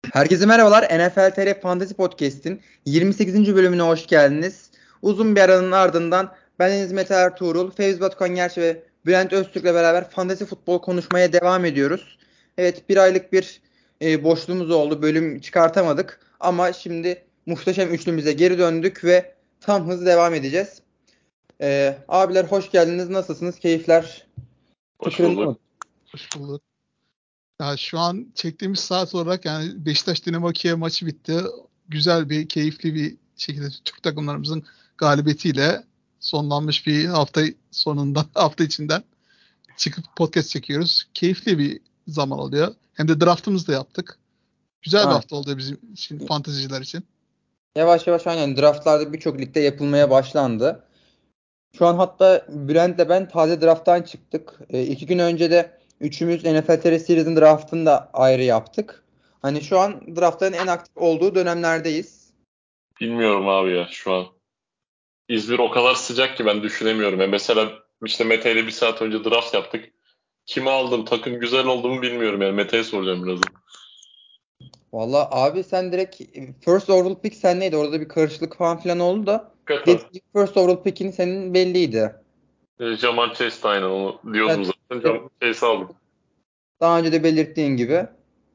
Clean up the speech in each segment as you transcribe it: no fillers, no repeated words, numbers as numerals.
Herkese merhabalar. NFL TR Fantasy Podcast'in 28. bölümüne hoş geldiniz. Uzun bir aranın ardından ben Deniz Mete Ertuğrul, Fevzi Batukan Gerçi ve Bülent Öztürk'le beraber fantasy futbol konuşmaya devam ediyoruz. Evet, bir aylık bir boşluğumuz oldu. Bölüm çıkartamadık. Ama şimdi muhteşem üçlümüze geri döndük ve tam hız devam edeceğiz. Abiler hoş geldiniz. Nasılsınız? Keyifler Hoş tıkırında bulduk. mı? Hoş bulduk. Ya şu an çektiğimiz saat olarak yani Beşiktaş Dinamo Kiev maçı bitti. Güzel bir, keyifli bir şekilde Türk takımlarımızın galibiyetiyle sonlanmış bir hafta sonunda, hafta içinden çıkıp podcast çekiyoruz. Keyifli bir zaman oluyor. Hem de draftımızı da yaptık. Güzel bir Ha. hafta oldu bizim için, fanteziciler için. Yavaş yavaş aynen draftlarda birçok ligde yapılmaya başlandı. Şu an hatta Bülent'le ben taze drafttan çıktık. 2 gün önce de üçümüz NFL TR Series'in draftını da ayrı yaptık. Hani şu an draftların en aktif olduğu dönemlerdeyiz. Bilmiyorum abi ya şu an. İzmir o kadar sıcak ki ben düşünemiyorum. Mesela işte Mete ile bir saat önce draft yaptık. Kimi aldım, takım güzel oldu mu bilmiyorum yani. Mete'ye soracağım birazdan. Valla abi sen direkt first overall pick sen neydi? Orada bir karışıklık falan filan oldu da Hakikaten. direkt first overall pick'in senin belliydi. Jamar Chase de aynen onu diyordum Evet, zaten. Jamar Chase aldım. daha önce de belirttiğin gibi.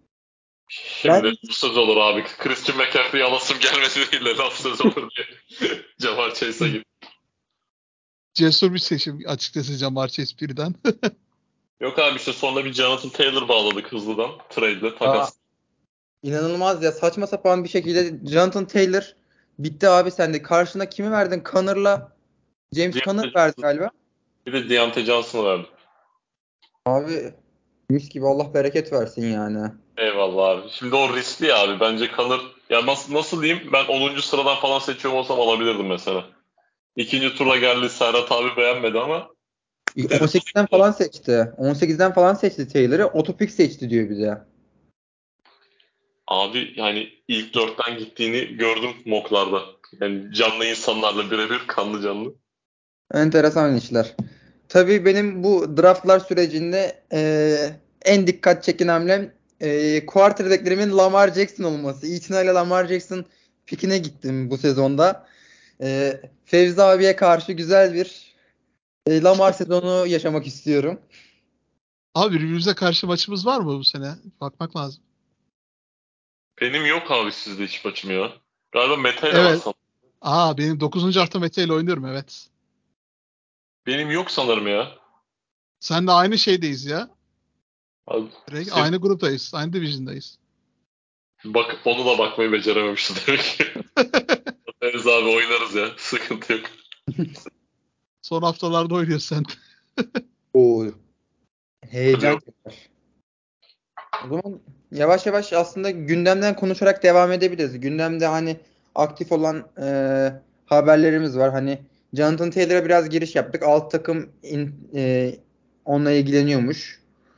Şimdi Ben bu söz olur abi. Christian McCaffrey'i alasım gelmesi değil de laf söz olur diye. Jamar Chase'e git. Cesur bir seçim açıkçası Jamar Chase birden. Yok abi işte sonra bir Jonathan Taylor bağladık hızlıdan. Trade'le aa, takas. inanılmaz ya, saçma sapan bir şekilde Jonathan Taylor bitti abi sende. Karşına kimi verdin? Connor'la James Conner Deontay verdi Johnson, galiba. bir de Deontay Johnson'ı verdim. Abi mis gibi, Allah bereket versin yani. Eyvallah abi. Şimdi o riskli ya abi. Bence kalır. Ya nasıl diyeyim? Ben 10. sıradan falan seçiyorum olsam alabilirdim mesela. İkinci tura geldi. Serhat abi beğenmedi ama dedim 18'den falan seçti. 18'den falan seçti Taylor'ı. Otopik seçti diyor bize. abi yani ilk dörtten gittiğini gördüm mocklarda. Yani canlı insanlarla birebir kanlı canlı. Enteresan işler. Tabii benim bu draftlar sürecinde en dikkat çeken hamlem quarterbacklerimin Lamar Jackson olması. İtinayla Lamar Jackson pikine gittim bu sezonda. Fevzi abiye karşı güzel bir Lamar sezonu yaşamak istiyorum. Abi birbirimize karşı maçımız var mı bu sene? Bakmak lazım. Benim yok abi sizde hiç maçım ya. Galiba Mete ile var Evet. sanırım. Benim 9. hafta Mete ile oynuyorum, evet. Benim yok sanırım ya. Sen de aynı şeydeyiz ya. Abi, Direkt aynı gruptayız. Aynı division'dayız. bak onu da bakmayı becerememiştim demek ki. Deriz abi oynarız ya. Sıkıntı yok. Son haftalarda oynuyorsun sen. Oo, Hadi heyecan yok. yapar. O zaman yavaş yavaş aslında gündemden konuşarak devam edebiliriz. Gündemde hani aktif olan haberlerimiz var. Hani Jonathan Taylor'a biraz giriş yaptık. Alt takım onunla ilgileniyormuş.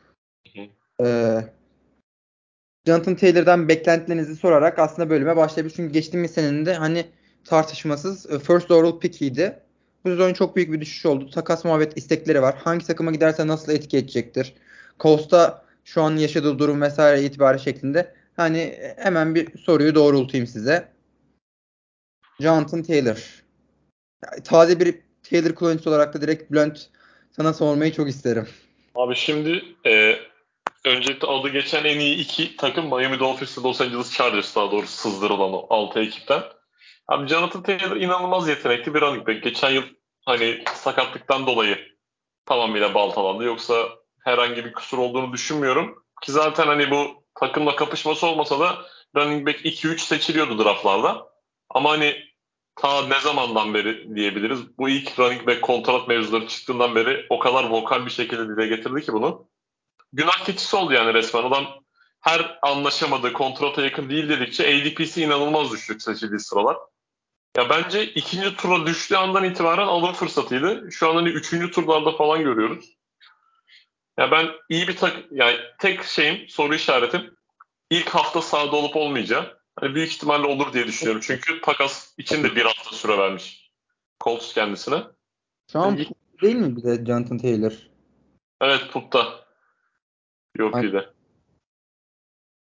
E, Jonathan Taylor'dan beklentilerinizi sorarak aslında bölüme başlayabiliriz. Çünkü geçtiğimiz senenin de hani tartışmasız first overall pick'iydi. Bu sezon çok büyük bir düşüş oldu. Takas muhabbet istekleri var. Hangi takıma giderse nasıl etki edecektir? Colts'ta şu an yaşadığı durum vesaire itibarı şeklinde. Hani hemen bir soruyu doğrultayım size. Jonathan Taylor. Taze bir Taylor kullanıcısı olarak da direkt Bülent sana sormayı çok isterim. Abi şimdi öncelikle adı geçen en iyi iki takım Miami Dolphins ve Los Angeles Chargers, daha doğrusu sızdırılan o 6 ekipten. Abi Jonathan Taylor inanılmaz yetenekli bir running back. Geçen yıl hani sakatlıktan dolayı tamamıyla baltalandı. Yoksa herhangi bir kusur olduğunu düşünmüyorum. Ki zaten hani bu takımla kapışması olmasa da running back 2-3 seçiliyordu draftlarda. Ama hani ta ne zamandan beri diyebiliriz. Bu ilk running back kontrat mevzuları çıktığından beri o kadar vokal bir şekilde dile getirdi ki bunu. Günah keçisi oldu yani resmen. Adam her anlaşamadığı, kontrata yakın değil dedikçe ADP'si inanılmaz düştü seçildiği sıralar. Ya bence ikinci tura düştüğü andan itibaren alım fırsatıydı. Şu an hani üçüncü turlarda falan görüyoruz. Ya ben iyi bir yani tek şeyim, soru işaretim ilk hafta sahada olup olmayacağı. Hani büyük ihtimalle olur diye düşünüyorum. Çünkü takas için de bir hafta süre vermiş Colts kendisine. Şu an Hani, değil mi bir de Jonathan Taylor? evet, Put'ta, Hani UP'de.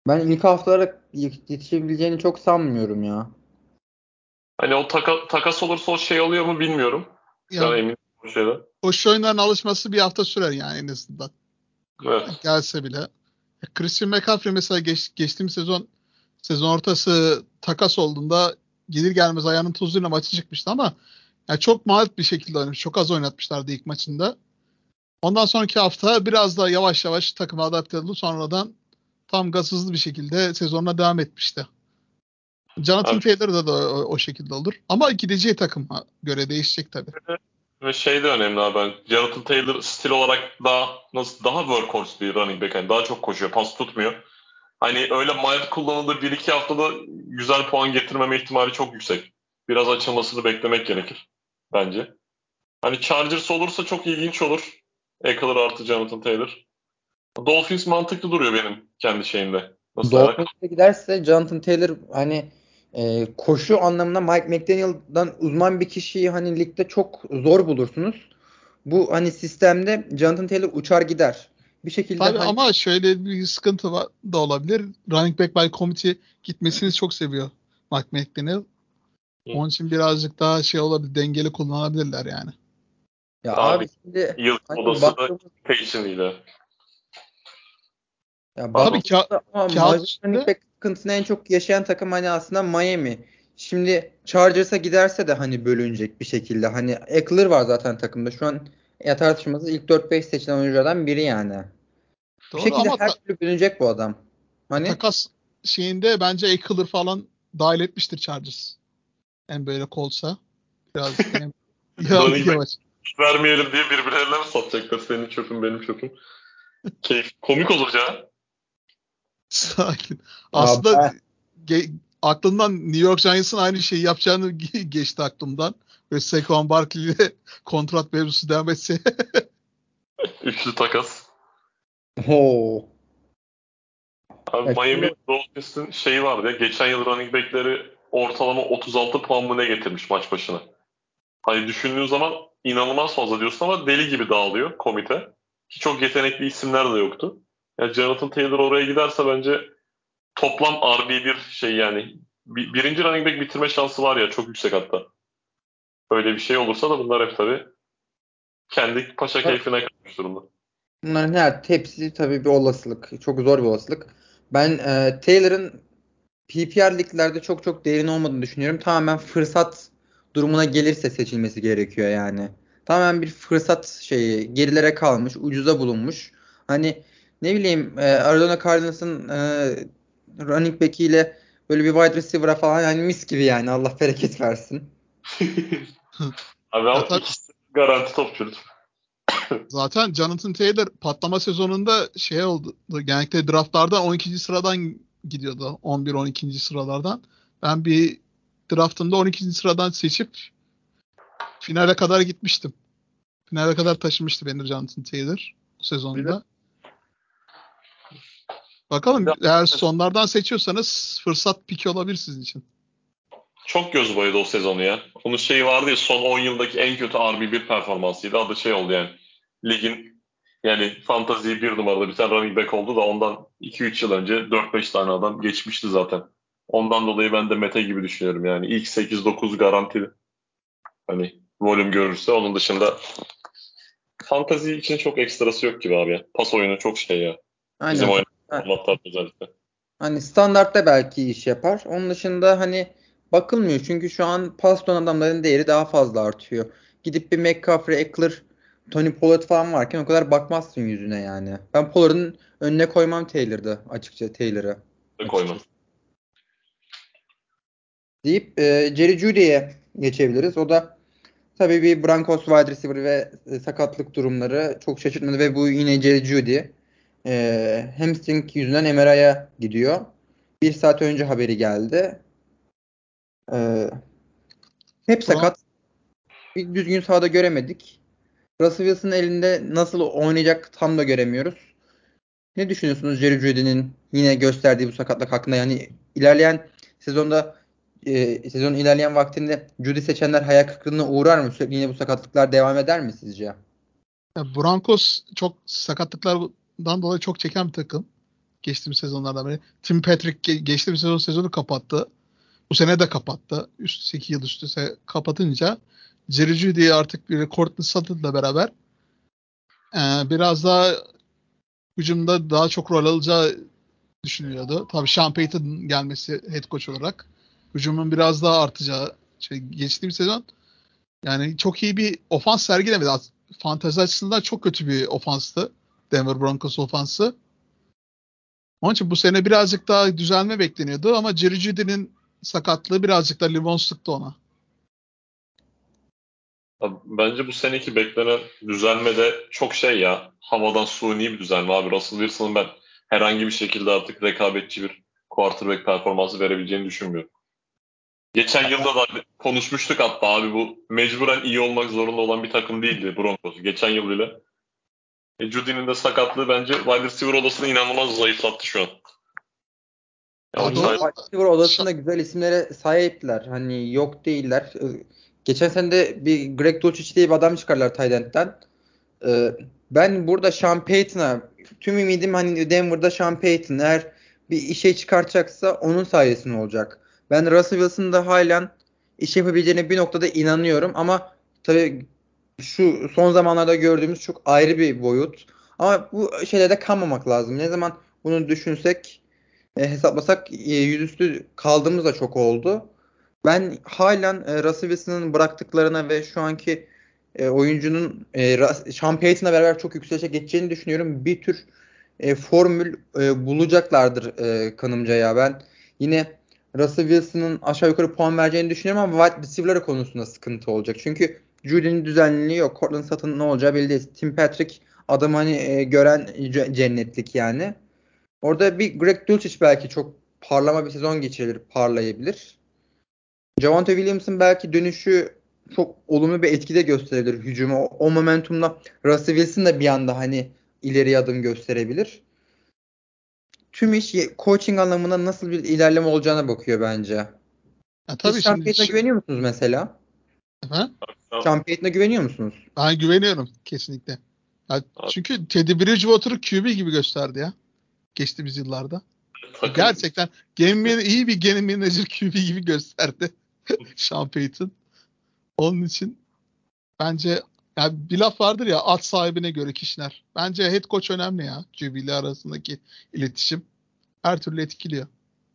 Ben ilk haftalara yetişebileceğini çok sanmıyorum ya. Hani o takas olursa o şey oluyor mu bilmiyorum. Şu Ya an eminim bu şeyden. koşu oyunlarına alışması bir hafta sürer yani en azından. Evet. Gelse bile. Christian McCaffrey mesela geçtiğimiz sezon ortası takas olduğunda gelir gelmez ayağının tozuyla maçı çıkmıştı ama yani çok mağlup bir şekilde oynamış. Çok az oynatmışlardı ilk maçında. Ondan sonraki hafta biraz daha yavaş yavaş takıma adapte edildi. Sonradan tam gaz hızlı bir şekilde sezonuna devam etmişti. Jonathan Abi, Taylor'da da o şekilde olur. Ama gideceği takıma göre değişecek tabii. ve şey de önemli abi. Jonathan Taylor stil olarak daha workhorse bir running back. Yani daha çok koşuyor. Pas tutmuyor. Hani öyle mild kullanıldığı 1-2 haftada güzel puan getirmeme ihtimali çok yüksek. Biraz açılmasını beklemek gerekir bence. Hani Chargers olursa çok ilginç olur. Eckler artı Jonathan Taylor. Dolphins mantıklı duruyor benim kendi şeyimde. Nasıl derler? Dolphins'e giderse Jonathan Taylor hani koşu anlamında Mike McDaniel'dan uzman bir kişiyi hani ligde çok zor bulursunuz. Bu hani sistemde Jonathan Taylor uçar gider. Bir şekilde Tabii hani ama şöyle bir sıkıntı da olabilir. Running back by committee gitmesini çok seviyor Mike McDaniel. Onun için birazcık daha şey olabilir, dengeli kullanabilirler yani. ya Abi abi şimdi yıl hani odası da baktığımız Payton ile. Tabii Pardon. baktığımızda ama kağıt Miami running üstünde back sıkıntısını en çok yaşayan takım hani aslında Miami. Şimdi Chargers'a giderse de hani bölünecek bir şekilde. Hani Eckler var zaten takımda. Şu an ya tartışmasız ilk 4-5 seçilen oyunculardan biri yani. Bir doğru şekilde ama her türlü bölünecek bu adam. Hani takas şeyinde bence Eckler falan dahil etmiştir Chargers. En böyle kolsa birazcık da hem Running back yavaş. vermeyelim diye birbirlerine mi satacaklar? Senin çöpün benim çöpüm. Komik olur ya. Sakin. ya Aslında ben- aklımdan New York Giants'ın aynı şeyi yapacağını geçti aklımdan. Ve Saquon Barkley ile kontrat mevzusu devam etse. Üçlü takas. Oo. Abi Ya şimdi Miami Dolphins'in şeyi vardı ya. Geçen yıl running back'leri ortalama 36 puan mı ne getirmiş maç başına. Hani düşündüğün zaman inanılmaz fazla diyorsun ama deli gibi dağılıyor komite. Ki çok yetenekli isimler de yoktu. Ya Jonathan Taylor oraya giderse bence toplam RB1 şey yani birinci running back bitirme şansı var ya çok yüksek hatta. Öyle bir şey olursa da bunlar hep tabii kendi paşa keyfine kalmış durumda. bunların hepsi tabii bir olasılık. Çok zor bir olasılık. Ben Taylor'ın PPR liglerde çok çok değerin olmadığını düşünüyorum. Tamamen fırsat durumuna gelirse seçilmesi gerekiyor yani. Tamamen bir fırsat şeyi gerilere kalmış, ucuza bulunmuş. Hani ne bileyim Arizona Cardinals'ın running back'iyle böyle bir wide receiver'a falan yani mis gibi yani Allah bereket versin. Abi Ya ama tabii ikisi garanti topçudur. zaten Jonathan Taylor patlama sezonunda şey oldu. Genellikle draftlardan 12. sıradan gidiyordu. 11-12. sıralardan. Ben bir draftında 12. sıradan seçip finale kadar gitmiştim. Finale kadar taşımıştı beni Jonathan Taylor bu Bir de, sezonda. bir Bakalım de eğer sonlardan seçiyorsanız fırsat piki olabilir sizin için. çok göz boyadı o sezonu ya. Onun şeyi vardı ya son 10 yıldaki en kötü RB1 performansıydı. Adı şey oldu yani. Ligin yani fantazi bir numaralı bir tane running back oldu da ondan 2-3 yıl önce 4-5 tane adam geçmişti zaten. Ondan dolayı ben de Mete gibi düşünüyorum yani. İlk 8-9 garantili. Hani volüm görürse onun dışında fantazi için çok ekstrası yok gibi abi ya. Pas oyunu çok şey ya. Bizim Aynen. oyun formatlar özellikle. Hani standartta belki iş yapar. Onun dışında hani bakılmıyor. Çünkü şu an pas tutan adamların değeri daha fazla artıyor. Gidip bir McCaffrey, Eckler, Tony Pollard falan varken o kadar bakmazsın yüzüne yani. Ben Pollard'ın önüne koymam Taylor'ı Koymam. açıkçası. Deyip Jerry Jeudy'ye geçebiliriz. O da tabii bir Broncos wide receiver ve sakatlık durumları çok şaşırtmadı ve bu yine Jerry Jeudy. Hamstring yüzünden MRI'ya gidiyor. Bir saat önce haberi geldi. E, hep Bron sakat. Bir düzgün sahada göremedik. Russell Wilson'ın elinde nasıl oynayacak tam da göremiyoruz. Ne düşünüyorsunuz Jerry Jeudy'nin yine gösterdiği bu sakatlık hakkında? Yani ilerleyen sezonda sezonun ilerleyen vaktinde Jeudy seçenler hayal kırıklığına uğrar mı? Sürekli yine bu sakatlıklar devam eder mi sizce? Broncos çok sakatlıklardan dolayı çok çeken bir takım. geçtiğimiz sezonlardan beri. Tim Patrick geçtiğimiz sezonu kapattı. Bu sene de kapattı. 2 yıl üst üste kapatınca Jerry Jeudy artık bir Courtland Sutton'la beraber biraz daha hücumda daha çok rol alacağı düşünülüyordu. Tabii Sean Payton gelmesi head coach olarak hücumun biraz daha artacağı geçtiğimiz sezon yani çok iyi bir ofans sergilemedi. Fantezi açısından çok kötü bir ofanstı. Denver Broncos ofansı. Onun için bu sene birazcık daha düzelme bekleniyordu ama Jerry Jeudy'nin sakatlığı birazcık da limon sıktı ona. Abi, bence bu seneki beklenen düzelme de çok ya. Havadan suni bir düzelme abi. Russell Wilson'ın ben herhangi bir şekilde artık rekabetçi bir quarterback performansı verebileceğini düşünmüyorum. Geçen yılda da konuşmuştuk hatta abi, bu mecburen iyi olmak zorunda olan bir takım değildi Broncos. Geçen yıl bile. Judy'nin de sakatlığı bence wide receiver odasını inanılmaz zayıflattı şu an. Ya o Ya Hani doğru. sayede Wide odasında güzel isimlere sahipler. Hani yok değiller. Geçen sene de bir Greg Dulcich diye bir adam çıkarlar tight end'den. Ben burada Sean Payton'a tüm ümidim hani Denver'da Sean Payton eğer bir işe çıkartacaksa onun sayesinde olacak. Ben Russell Wilson'da halen iş yapabileceğine bir noktada inanıyorum ama tabii şu son zamanlarda gördüğümüz çok ayrı bir boyut. Ama bu şeylerde kalmamak lazım. Ne zaman bunu düşünsek hesaplasak yüzüstü kaldığımız da çok oldu. Ben halen Russell Wilson'ın bıraktıklarına ve şu anki oyuncunun Sean Payton'la beraber çok yükselişe geçeceğini düşünüyorum. Bir tür formül bulacaklardır kanımca ya. Ben yine Russell Wilson'ın aşağı yukarı puan vereceğini düşünüyorum ama wide receiver konusunda sıkıntı olacak. Çünkü Judy'nin düzenliliği yok. Courtland Sutton'ın ne olacağı belli değil. Tim Patrick adam hani gören cennetlik yani. Orada bir Greg Dulcich belki çok parlama bir sezon geçirebilir, parlayabilir. Javonte Williams'ın belki dönüşü çok olumlu bir etkide gösterebilir hücuma. O momentumla Russell Wilson da bir anda hani ileriye adım gösterebilir. Tüm iş coaching anlamında nasıl bir ilerleme olacağına bakıyor bence. Ya Siz tabii Sean şimdi Payton'a güveniyor musunuz mesela? efendim, Sean Payton'a güveniyor musunuz? ben güveniyorum kesinlikle. Ya abi, çünkü Teddy Bridgewater'ı QB gibi gösterdi ya geçtiğimiz yıllarda. takım Gerçekten iyi bir game manager QB gibi gösterdi Sean Payton. Onun için bence ya bir laf vardır ya at sahibine göre kişiler. Bence head coach önemli ya QB ile arasındaki iletişim her türlü etkiliyor.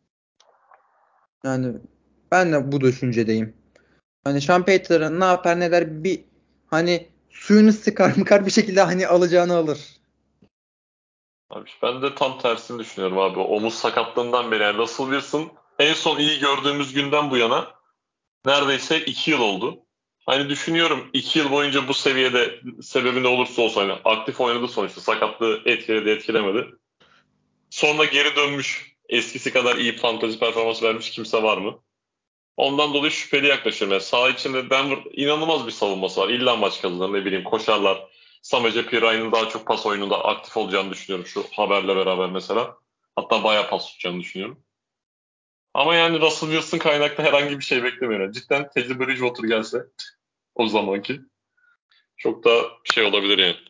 Yani ben de bu düşüncedeyim. Hani Sean Payton'a ne yapar ne der bir hani suyunu sıkar mıkar bir şekilde hani alacağını alır. Abi ben de tam tersini düşünüyorum abi. Omuz sakatlığından beri yani Russell Wilson en son iyi gördüğümüz günden bu yana neredeyse 2 yıl oldu. Hani düşünüyorum 2 yıl boyunca bu seviyede, sebebi ne olursa olsun hani aktif oynadı sonuçta. Sakatlığı etkiledi etkilemedi. Sonra geri dönmüş. Eskisi kadar iyi fantasy performans vermiş kimse var mı? Ondan dolayı şüpheli yaklaşıyorum. Yani saha içinde Denver inanılmaz bir savunması var. İlla maç kazanır, ne bileyim, koşarlar. Samaje Perine daha çok pas oyununda aktif olacağını düşünüyorum şu haberle beraber mesela. Hatta bayağı pas tutacağını düşünüyorum. Ama yani Russell Wilson kaynaklı herhangi bir şey beklemiyorum. Yani cidden Teddy Bridgewater gelse o zamanki çok daha olabilir yani.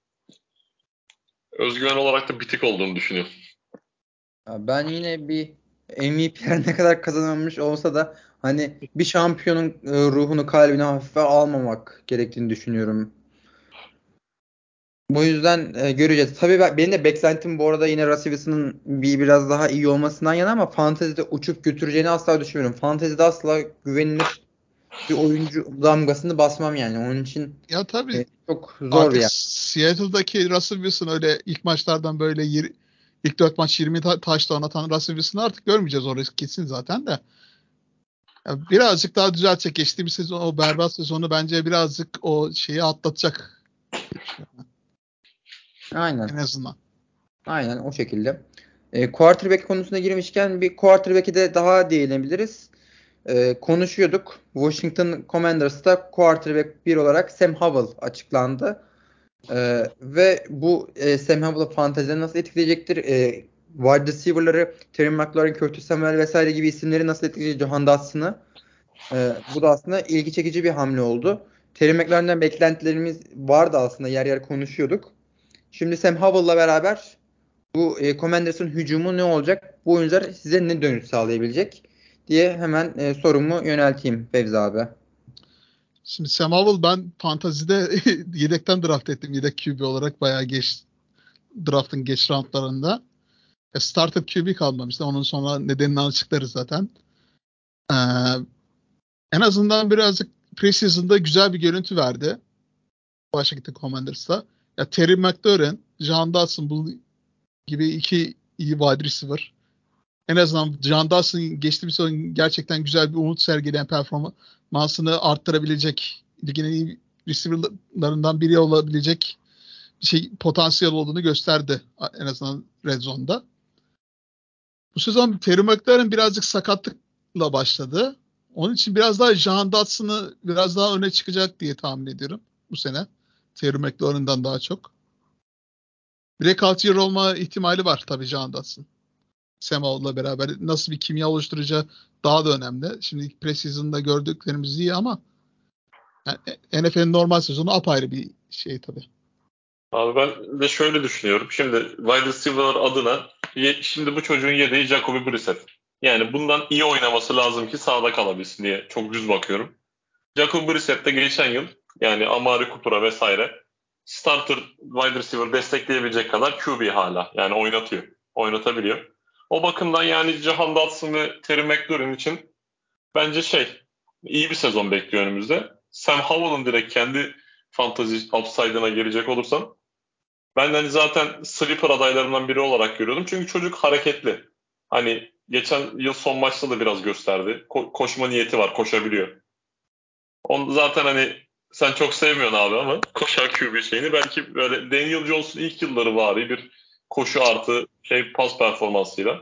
Özgüven olarak da bitik olduğunu düşünüyorum. Ya ben yine bir MVP'ler ne kadar kazanılmış olsa da hani bir şampiyonun ruhunu kalbine hafife almamak gerektiğini düşünüyorum. Bu yüzden göreceğiz. Tabii benim de beklentim bu arada yine Russell Wilson'ın biraz daha iyi olmasından yana ama fantezide uçup götüreceğini asla düşünmüyorum. Fantezide asla güvenilir bir oyuncu damgasını basmam yani. Onun için Ya tabii çok zor bir artık yer. Seattle'daki Russell Wilson öyle ilk maçlardan böyle ilk 4 maç 20 touchdown atan Russell Wilson'ı artık görmeyeceğiz, orası kesin zaten de. Ya birazcık daha düzeltecek. Geçtiğimiz sezon o berbat sezonu bence birazcık o şeyi atlatacak diye düşünüyorum en Aynen. azından. Aynen o şekilde. Quarterback konusuna girmişken bir quarterback'i de daha değinebiliriz. Konuşuyorduk. Washington Commanders'ta quarterback bir olarak Sam Howell açıklandı. Ve bu Sam Howell'ı fantezide nasıl etkileyecektir? Wide receiver'ları Terry McLaurin, Curtis Samuel vesaire gibi isimleri nasıl etkileyecek? Jahan Dotson'ı. Bu da aslında ilgi çekici bir hamle oldu. Terry McLaurin'den beklentilerimiz vardı aslında. Yer yer konuşuyorduk. Şimdi Sam Howell'la beraber Bu Commanders'ın hücumu ne olacak? Bu oyuncular size ne dönüş sağlayabilecek diye hemen sorumu yönelteyim Fevzi abi. Şimdi Sam Howell ben fantazide yedekten draft ettim. Yedek QB olarak bayağı geç draftın geç roundlarında. Starter QB kalmamıştı. Onun sonra nedenini açıklarız zaten. Ee, En azından birazcık preseason'da güzel bir görüntü verdi. Washington Commanders'ta. Ya Terry McLaurin, John Dodson bu gibi iki iyi wide receiver. En azından John Dodson geçtiğimiz sezon gerçekten güzel bir umut sergileyen performansını arttırabilecek, ligin en iyi receiver'larından biri olabilecek bir şey potansiyel olduğunu gösterdi en azından Red Zone'da. Bu sezon Terry McLaurin birazcık sakatlıkla başladı. Onun için biraz daha Jahan Dotson'ı biraz daha öne çıkacak diye tahmin ediyorum bu sene. Terry McLaurin'dan daha çok. Breakout year olma ihtimali var tabii Jahan Dotson. Sam Howell'la beraber nasıl bir kimya oluşturacağı daha da önemli. Şimdi preseason'da gördüklerimiz iyi ama yani NFL'in normal sezonu apayrı bir şey tabii. Abi ben de şöyle düşünüyorum. Şimdi wide receiver adına şimdi bu çocuğun yedeği Jacoby Brissett. Yani bundan iyi oynaması lazım ki sahada kalabilsin diye çok düz bakıyorum. Jacoby Brissett de geçen yıl yani Amari Cooper'a vesaire starter wide receiver destekleyebilecek kadar QB hala. Yani oynatıyor. Oynatabiliyor. O bakımdan yani Jahan Dotson ve Terry McLaurin için bence iyi bir sezon bekliyor önümüzde. Sam Howell'ın direkt kendi fantasy upside'ına gelecek olursam ben hani zaten sleeper adaylarından biri olarak görüyordum. Çünkü çocuk hareketli. Hani geçen yıl son maçta da biraz gösterdi. Koşma niyeti var, koşabiliyor. Onu zaten hani sen çok sevmiyorsun abi ama koşan QB şeyini belki böyle Daniel Jones'un ilk yılları vari bir koşu artı pas performansıyla.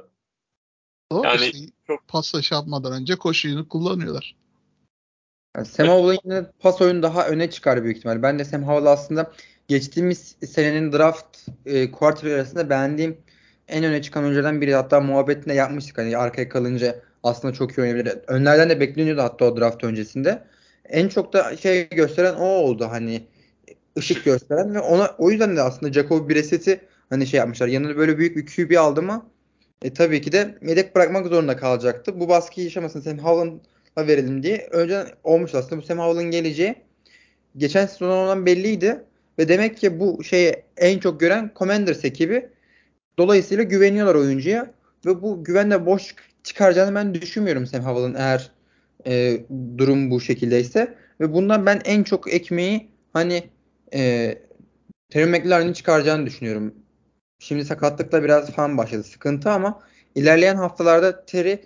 O Yani işte çok pasla şey yapmadan önce koşuyu kullanıyorlar. Yani Sam Howell'ın yine pas oyunu daha öne çıkar büyük ihtimalle. Ben de Sam Howell aslında geçtiğimiz senenin draft quarterback arasında beğendiğim en öne çıkan oyunculardan biri. Hatta muhabbetinde yapmıştık hani arkaya kalınca aslında çok iyi oynayabilir. Önlerden de bekleniyordu hatta o draft öncesinde. En çok da şey gösteren o oldu hani ışık gösteren ve ona o yüzden de aslında Jacoby Brissett'i hani şey yapmışlar. Yanına böyle büyük bir QB aldı mı tabii ki de yedek bırakmak zorunda kalacaktı. Bu baskıyı yaşamasın Sam Howell'a verelim diye. Önceden olmuş aslında. Bu Sam Howell'ın geleceği geçen sezon olan belliydi. Ve demek ki bu şeyi en çok gören Commanders ekibi. Dolayısıyla güveniyorlar oyuncuya. Ve bu güvenle boş çıkaracağını ben düşünmüyorum Sam Howell'ın eğer e, durum bu şekildeyse. Ve bundan ben en çok ekmeği hani e, Terry McLaurin'in çıkaracağını düşünüyorum. Şimdi sakatlıkla biraz falan başladı sıkıntı ama ilerleyen haftalarda Terry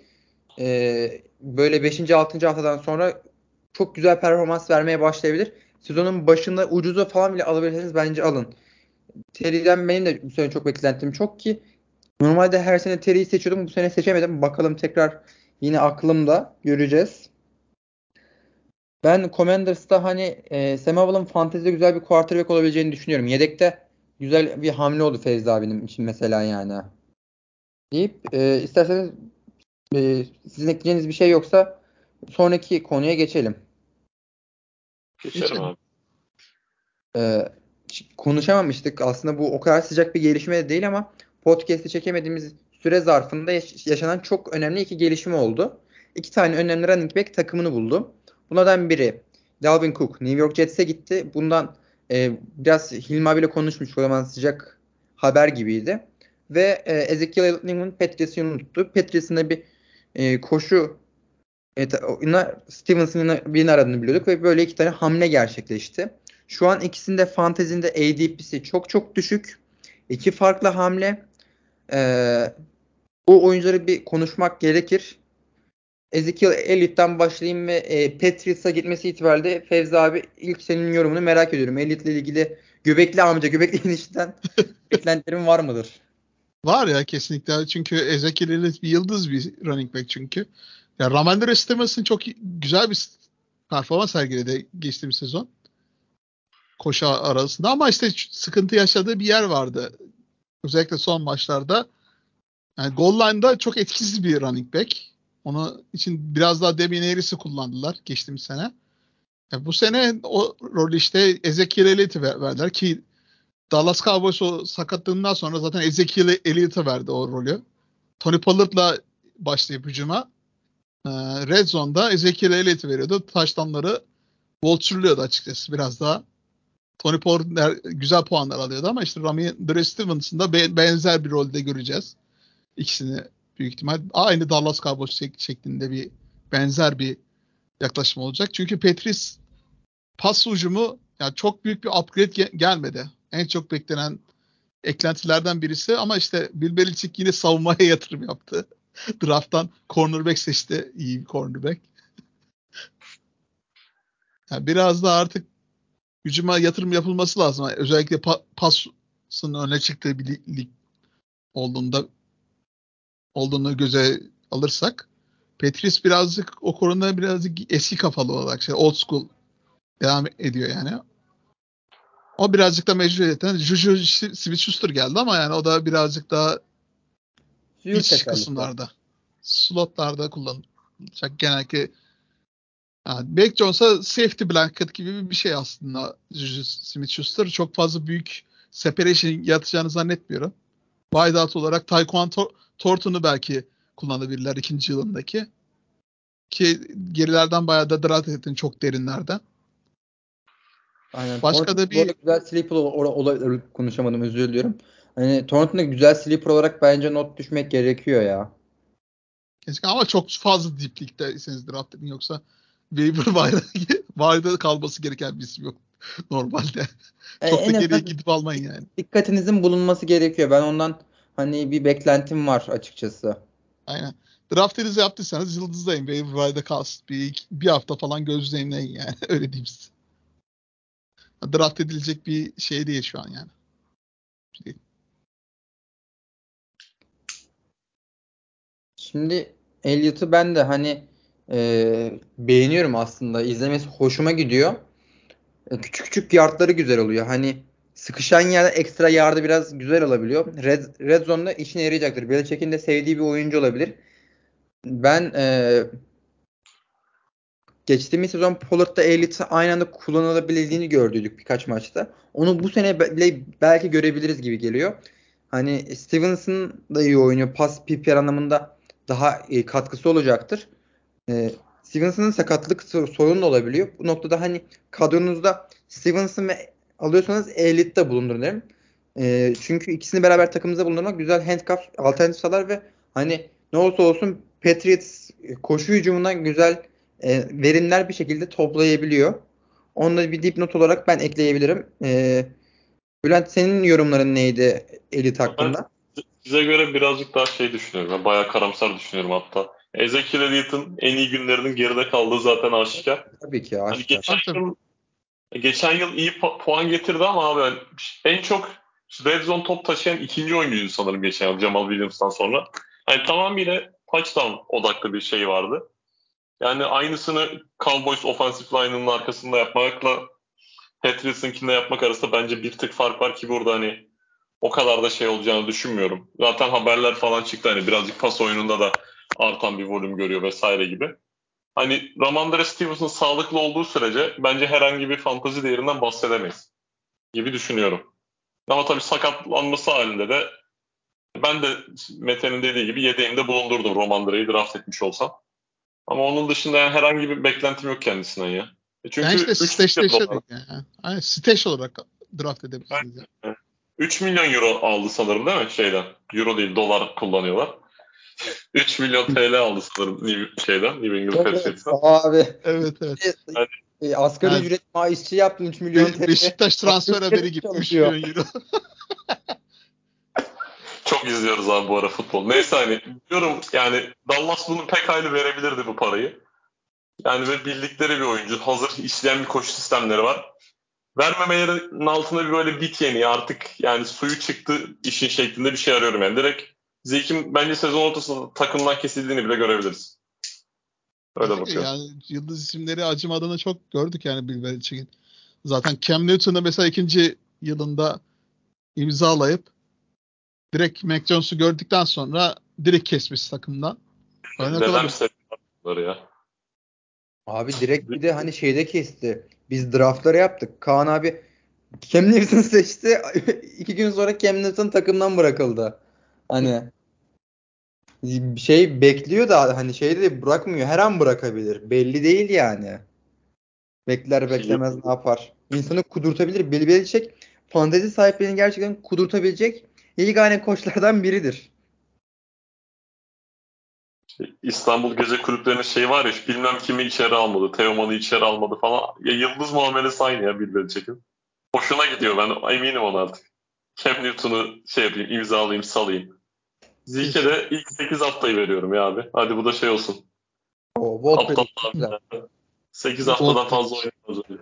böyle beşinci 6. haftadan sonra çok güzel performans vermeye başlayabilir. Sezonun başında ucuza falan bile alabilirseniz bence alın. Terry'den benim de bu sene çok beklentim çok ki normalde her sene Terry'i seçiyordum. Bu sene seçemedim. Bakalım tekrar yine aklımda göreceğiz. Ben Commanders'ta hani Sam Howell'ın fantezide güzel bir quarterback olabileceğini düşünüyorum. Yedekte güzel bir hamle oldu Feyzi abinin için mesela yani. Deyip isterseniz sizin ekleyeceğiniz bir şey yoksa sonraki konuya geçelim. geçerim Geçelim. abi. E, Konuşamamıştık. Aslında bu o kadar sıcak bir gelişme de değil ama podcast'i çekemediğimiz süre zarfında yaşanan çok önemli iki gelişme oldu. İki tane önemli running back takımını buldu. Bunlardan biri Dalvin Cook New York Jets'e gitti. Bundan biraz Hilmi abiyle konuşmuş. O zaman sıcak haber gibiydi. Ve Ezekiel Elliott'ın Patriots'ı unuttu. Patriots'ın da bir koşu evet, Stevenson'ın birini aradığını biliyorduk ve böyle iki tane hamle gerçekleşti. Şu an ikisinde fantezinde ADP'si çok çok düşük. İki farklı hamle. Ee, Bu oyuncuları bir konuşmak gerekir. Ezekiel Elliott'tan başlayayım ve Patriots'a gitmesi itibariyle Fevzi abi ilk senin yorumunu merak ediyorum. Elliott'la ilgili göbekli amca, göbekli enişten beklentilerin var mıdır? Var ya kesinlikle. Çünkü Ezekiel Elliott bir yıldız bir running back çünkü. Ya Ramondre Stevenson çok güzel bir performans sergiledi geçtiğimiz sezon. Koşu arasında ama işte sıkıntı yaşadığı bir yer vardı. Özellikle son maçlarda. Yani goal line'da çok etkisiz bir running back. Onu için biraz daha Damien Harris'i kullandılar geçtiğimiz sene. Bu sene o rolü işte Ezekiel Elliott'ı verdiler ki Dallas Cowboys o sakatlığından sonra zaten Ezekiel Elliott'a verdi o rolü. Tony Pollard'la başlayıp hücuma. Red Zone'da Ezekiel Elliott'ı veriyordu. Touchdown'ları vulture'luyordu açıkçası biraz daha. Tony Pollard güzel puanlar alıyordu ama işte Ramondre Stevenson'da benzer bir rolde göreceğiz. İkisini büyük ihtimal aynı Dallas Cowboys şeklinde bir benzer bir yaklaşım olacak. Çünkü Patrice pas hücumu yani çok büyük bir upgrade gelmedi. En çok beklenen eklentilerden birisi ama işte Bill Belichick yine savunmaya yatırım yaptı. Draft'tan cornerback seçti. İyi bir cornerback. Yani biraz da artık hücuma yatırım yapılması lazım. Yani özellikle pasın öne çıktığı bir lig olduğunu göze alırsak Patrice birazcık o konuda birazcık eski kafalı olarak old school devam ediyor yani. O birazcık da mecburiyetten Juju Smith-Schuster geldi ama yani o da birazcık daha iç kısımlarda. Slotlarda kullanılacak genellikle. Yani Mac Jones'a safety blanket gibi bir şey aslında Juju Smith-Schuster. Çok fazla büyük separation yaratacağını zannetmiyorum. Wideout olarak Tyquan Thornton'u belki kullanabilirler ikinci yılındaki. Ki gerilerden bayağı da draft ettin çok derinlerden. Aynen. Başka da Bu arada bir güzel sleeper konuşamadım, özür diliyorum. Hani Thornton'da güzel sleeper olarak bence not düşmek gerekiyor ya. kesinlikle ama çok fazla deep lig'deyseniz draft edin yoksa waiver wire'da kalması gereken bir isim yok normalde. Çok da En geriye azından gidip almayın yani. dikkatinizin bulunması gerekiyor. Ben ondan hani bir beklentim var açıkçası. Aynen. Draft'ınızı yaptıysanız yıldızlayın. Waiver wire'da kalsın. Bir hafta falan gözlemleyin yani. Öyle diyeyim size. Draft edilecek bir şey değil şu an yani. Şimdi Elliott'ı ben de hani beğeniyorum aslında. İzlemesi hoşuma gidiyor. Küçük küçük yardları güzel oluyor. Hani sıkışan yerde ekstra yardı biraz güzel olabiliyor. Red Zone'da işine yarayacaktır. Belichick'in de sevdiği bir oyuncu olabilir. Ben geçtiğimiz sezon Pollard'da Elliott'ı aynı anda kullanılabildiğini gördük birkaç maçta. Onu bu sene bile belki görebiliriz gibi geliyor. Hani Stevenson da iyi oynuyor. Pas PPR anlamında daha katkısı olacaktır. Stevenson'ın sakatlık sorunu da olabiliyor. Bu noktada hani kadronuzda Stevenson ve alıyorsanız Elliott da bulundurun derim. Çünkü ikisini beraber takımınızda bulundurmak güzel handcuff alternatif sağlar ve hani ne olursa olsun Patriots koşu hücumundan güzel verimler bir şekilde toplayabiliyor. Onu da bir dipnot olarak ben ekleyebilirim. Bülent, senin yorumların neydi Elliott Ben hakkında? size göre birazcık daha şey düşünüyorum. Ben bayağı karamsar düşünüyorum hatta. Ezekiel Elliott'ın en iyi günlerinin geride kaldığı zaten aşikar. Tabii ki Hani aşikar. Tabii tabii. geçen yıl iyi puan getirdi ama abi yani en çok Red Zone top taşıyan ikinci oyuncuydu sanırım geçen yıl Jamal Williams'tan sonra. Yani tamamıyla touchdown odaklı bir şey vardı. Yani aynısını Cowboys offensive line'ının arkasında yapmakla Patriots'ınkinde yapmak arasında bence bir tık fark var ki burada hani o kadar da şey olacağını düşünmüyorum. Zaten haberler falan çıktı hani birazcık pas oyununda da artan bir volüm görüyor vesaire gibi. Hani Ramondre Stevenson sağlıklı olduğu sürece bence herhangi bir fantazi değerinden bahsedemeyiz gibi düşünüyorum. Ama tabii sakatlanması halinde de ben de Mete'nin dediği gibi yedeğimde bulundurdum Ramondre'yi draft etmiş olsam. Ama onun dışında yani herhangi bir beklentim yok kendisinden ya. Yani Çünkü işte 3 milyon dolar. stash yani. Aynen stash olarak draft edebilirsiniz yani. 3 milyon euro aldı sanırım değil mi şeyden? Euro değil dolar kullanıyorlar. 3 milyon TL aldı sanırım New England Evet Patriots'tan. abi. Evet evet. Yani Asgari Yani ücret işçi yaptın 3 milyon TL. Beşiktaş transfer Asgari haberi ücretle gibi 3 çalışıyor. milyon euro. çok izliyoruz abi bu ara futbol. Neyse hani diyorum yani Dallas bunu pek hayli verebilirdi bu parayı. Yani ve bildikleri bir oyuncu. Hazır işleyen bir koşu sistemleri var. Vermemelerinin altında bir böyle bit yeni artık yani suyu çıktı işin şeklinde bir şey arıyorum yani. Direkt Zeke'in bence sezon ortasında takımdan kesildiğini bile görebiliriz. Öyle Kesinlikle bakıyorum. yani yıldız isimleri acımadığını çok gördük yani Bill Belichick'in. Zaten Cam Newton'da mesela ikinci yılında imzalayıp direkt Mac Jones'u gördükten sonra direkt kesmiş takımdan. Örnek Dedem olabilir. sevdi ya. Abi direkt bir de hani şeyde kesti. Biz draftları yaptık. Kaan abi Cam Newton seçti. 2 gün sonra Cam Newton takımdan bırakıldı. Hani şey bekliyor da hani şey de bırakmıyor. Her an bırakabilir. Belli değil yani. Bekler beklemez ne yapar? İnsanı kudurtabilir. Bill Belichick fantezi sahiplerini gerçekten kudurtabilecek yegane koçlardan biridir. İstanbul Gece Kulüplerinin şeyi var ya, bilmem kimi içeri almadı, Teoman'ı içeri almadı falan. Ya yıldız muamelesi aynı ya Bill çekin. Hoşuna gidiyor, ben eminim ona artık. Cam Newton'u şey yapayım, imzalayayım, salayım. Zeke Kesin. de ilk 8 haftayı veriyorum ya abi. Hadi bu da şey olsun. O bold Aptal prediction güzel. abi. 8 Gold haftadan fazla prediction. oynamaz öyle.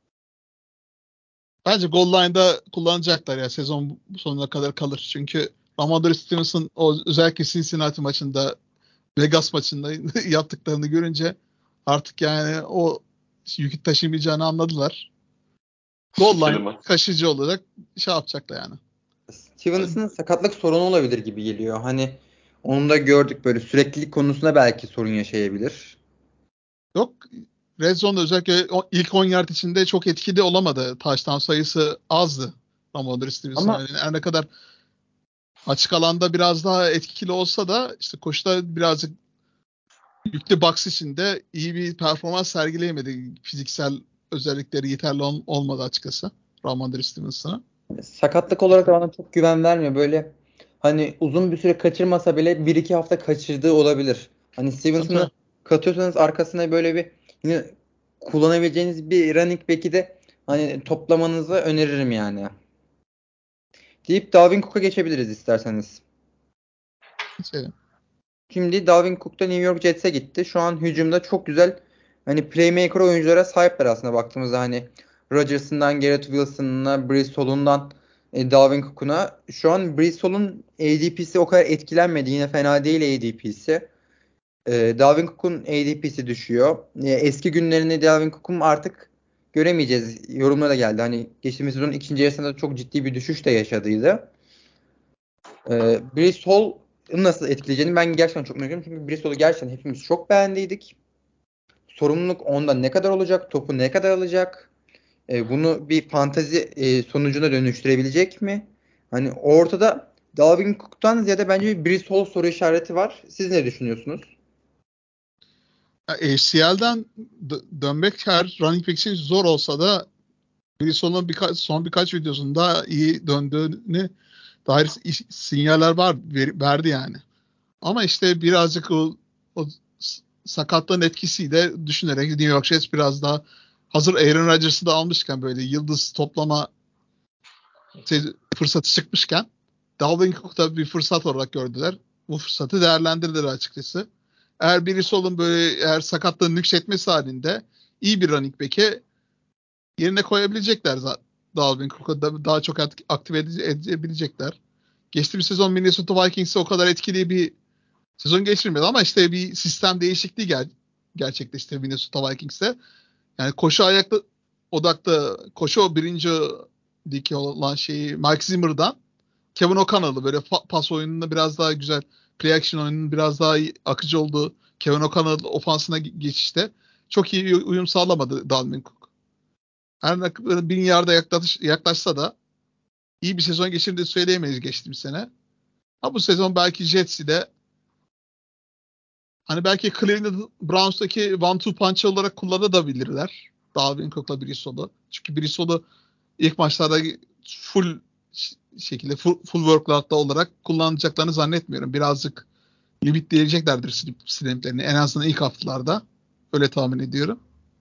Bence goal line'da kullanacaklar ya, sezon sonuna kadar kalır. Çünkü Ramondre Stevenson o özellikle Cincinnati maçında, Vegas maçında yaptıklarını görünce artık yani o yükü taşımayacağını anladılar. Goal line Sikelim ben. taşıyıcı olarak şey yapacaklar yani. Stevenson'ın sakatlık sorunu olabilir gibi geliyor. Hani onu da gördük, böyle süreklilik konusunda belki sorun yaşayabilir. Yok, Red Zone'da özellikle ilk 10 yard içinde çok etkili olamadı. Touchdown sayısı azdı Ramondre Stevenson. Ama Yani her ne kadar açık alanda biraz daha etkili olsa da işte koşuda birazcık yüklü box içinde iyi bir performans sergileyemedi. Fiziksel özellikleri yeterli olmadı açıkçası Ramondre Stevenson'a. sakatlık olarak da bana çok güven vermiyor. Böyle hani uzun bir süre kaçırmasa bile 1-2 hafta kaçırdığı olabilir. Hani Tabii Stevenson'ı tabii. katıyorsanız arkasına böyle bir yine kullanabileceğiniz bir running back'i de hani toplamanızı öneririm yani. Deyip Dalvin Cook'a geçebiliriz isterseniz. Şey, Şimdi Dalvin Cook da New York Jets'e gitti. Şu an hücumda çok güzel hani playmaker oyunculara sahipler aslında baktığımızda, hani Rodgers'ından Garrett Wilson'ına, Breece Hall'undan Dalvin Cook'una. Şu an Breece Hall'un ADP'si o kadar etkilenmedi. Yine fena değil ADP'si. Dalvin Cook'un ADP'si düşüyor. Eski günlerini Dalvin Cook'un artık göremeyeceğiz. Yorumlara da geldi. Hani geçtiğimiz sezonun ikinci yarısında çok ciddi bir düşüş de yaşadıydı. Breece Hall'ı nasıl etkileyeceğini ben gerçekten çok merak ediyorum. Çünkü Breece Hall'u gerçekten hepimiz çok beğendiydik. Sorumluluk onda ne kadar olacak? Topu ne kadar alacak? Bunu bir fantezi sonucuna dönüştürebilecek mi? Hani ortada Dalvin Cook'tan ziyade bence bir Breece Hall soru işareti var. Siz ne düşünüyorsunuz? ACL'den dönmek her running back için zor olsa da Brisson'un son birkaç videosunda iyi döndüğünü dair sinyaller verdi yani. Ama işte birazcık o sakatlığın etkisiyle düşünerek New York Jets biraz daha hazır Aaron Rodgers'ı da almışken, böyle yıldız toplama fırsatı çıkmışken Dalvin Cook'u bir fırsat olarak gördüler. Bu fırsatı değerlendirdiler açıkçası. Eğer birisi olun böyle, eğer sakatlığın nüksetmesi halinde iyi bir running back'e yerine koyabilecekler zaten. Dalvin Cook'u daha çok aktive edebilecekler. Geçtiğimiz sezon Minnesota Vikings'e o kadar etkili bir sezon geçirmedi ama işte bir sistem değişikliği gerçekleşti Minnesota Vikings'te. Yani koşu ayaklı odaklı, koşu o birinci diki olan şeyi Mike Zimmer'dan Kevin O'Connell'ı böyle pas oyununda biraz daha güzel, play action oyununun biraz daha akıcı olduğu Kevin O'Connell ofansına geçişte çok iyi uyum sağlamadı Dalvin Cook. Her ne kadar 1000 yarda yaklaşsa da iyi bir sezon geçirdiğini söyleyemeyiz geçtiğimiz sene. Ha, bu sezon belki Jets'i de hani belki Cleveland Browns'taki one-two punch olarak kullanabilirler. Dalvin Cook'la Brisson'u. Çünkü Brisson'u ilk maçlarda full şekilde full workload'da olarak kullanacaklarını zannetmiyorum. Birazcık limitleyeceklerdir snaplerini. En azından ilk haftalarda. Öyle tahmin ediyorum.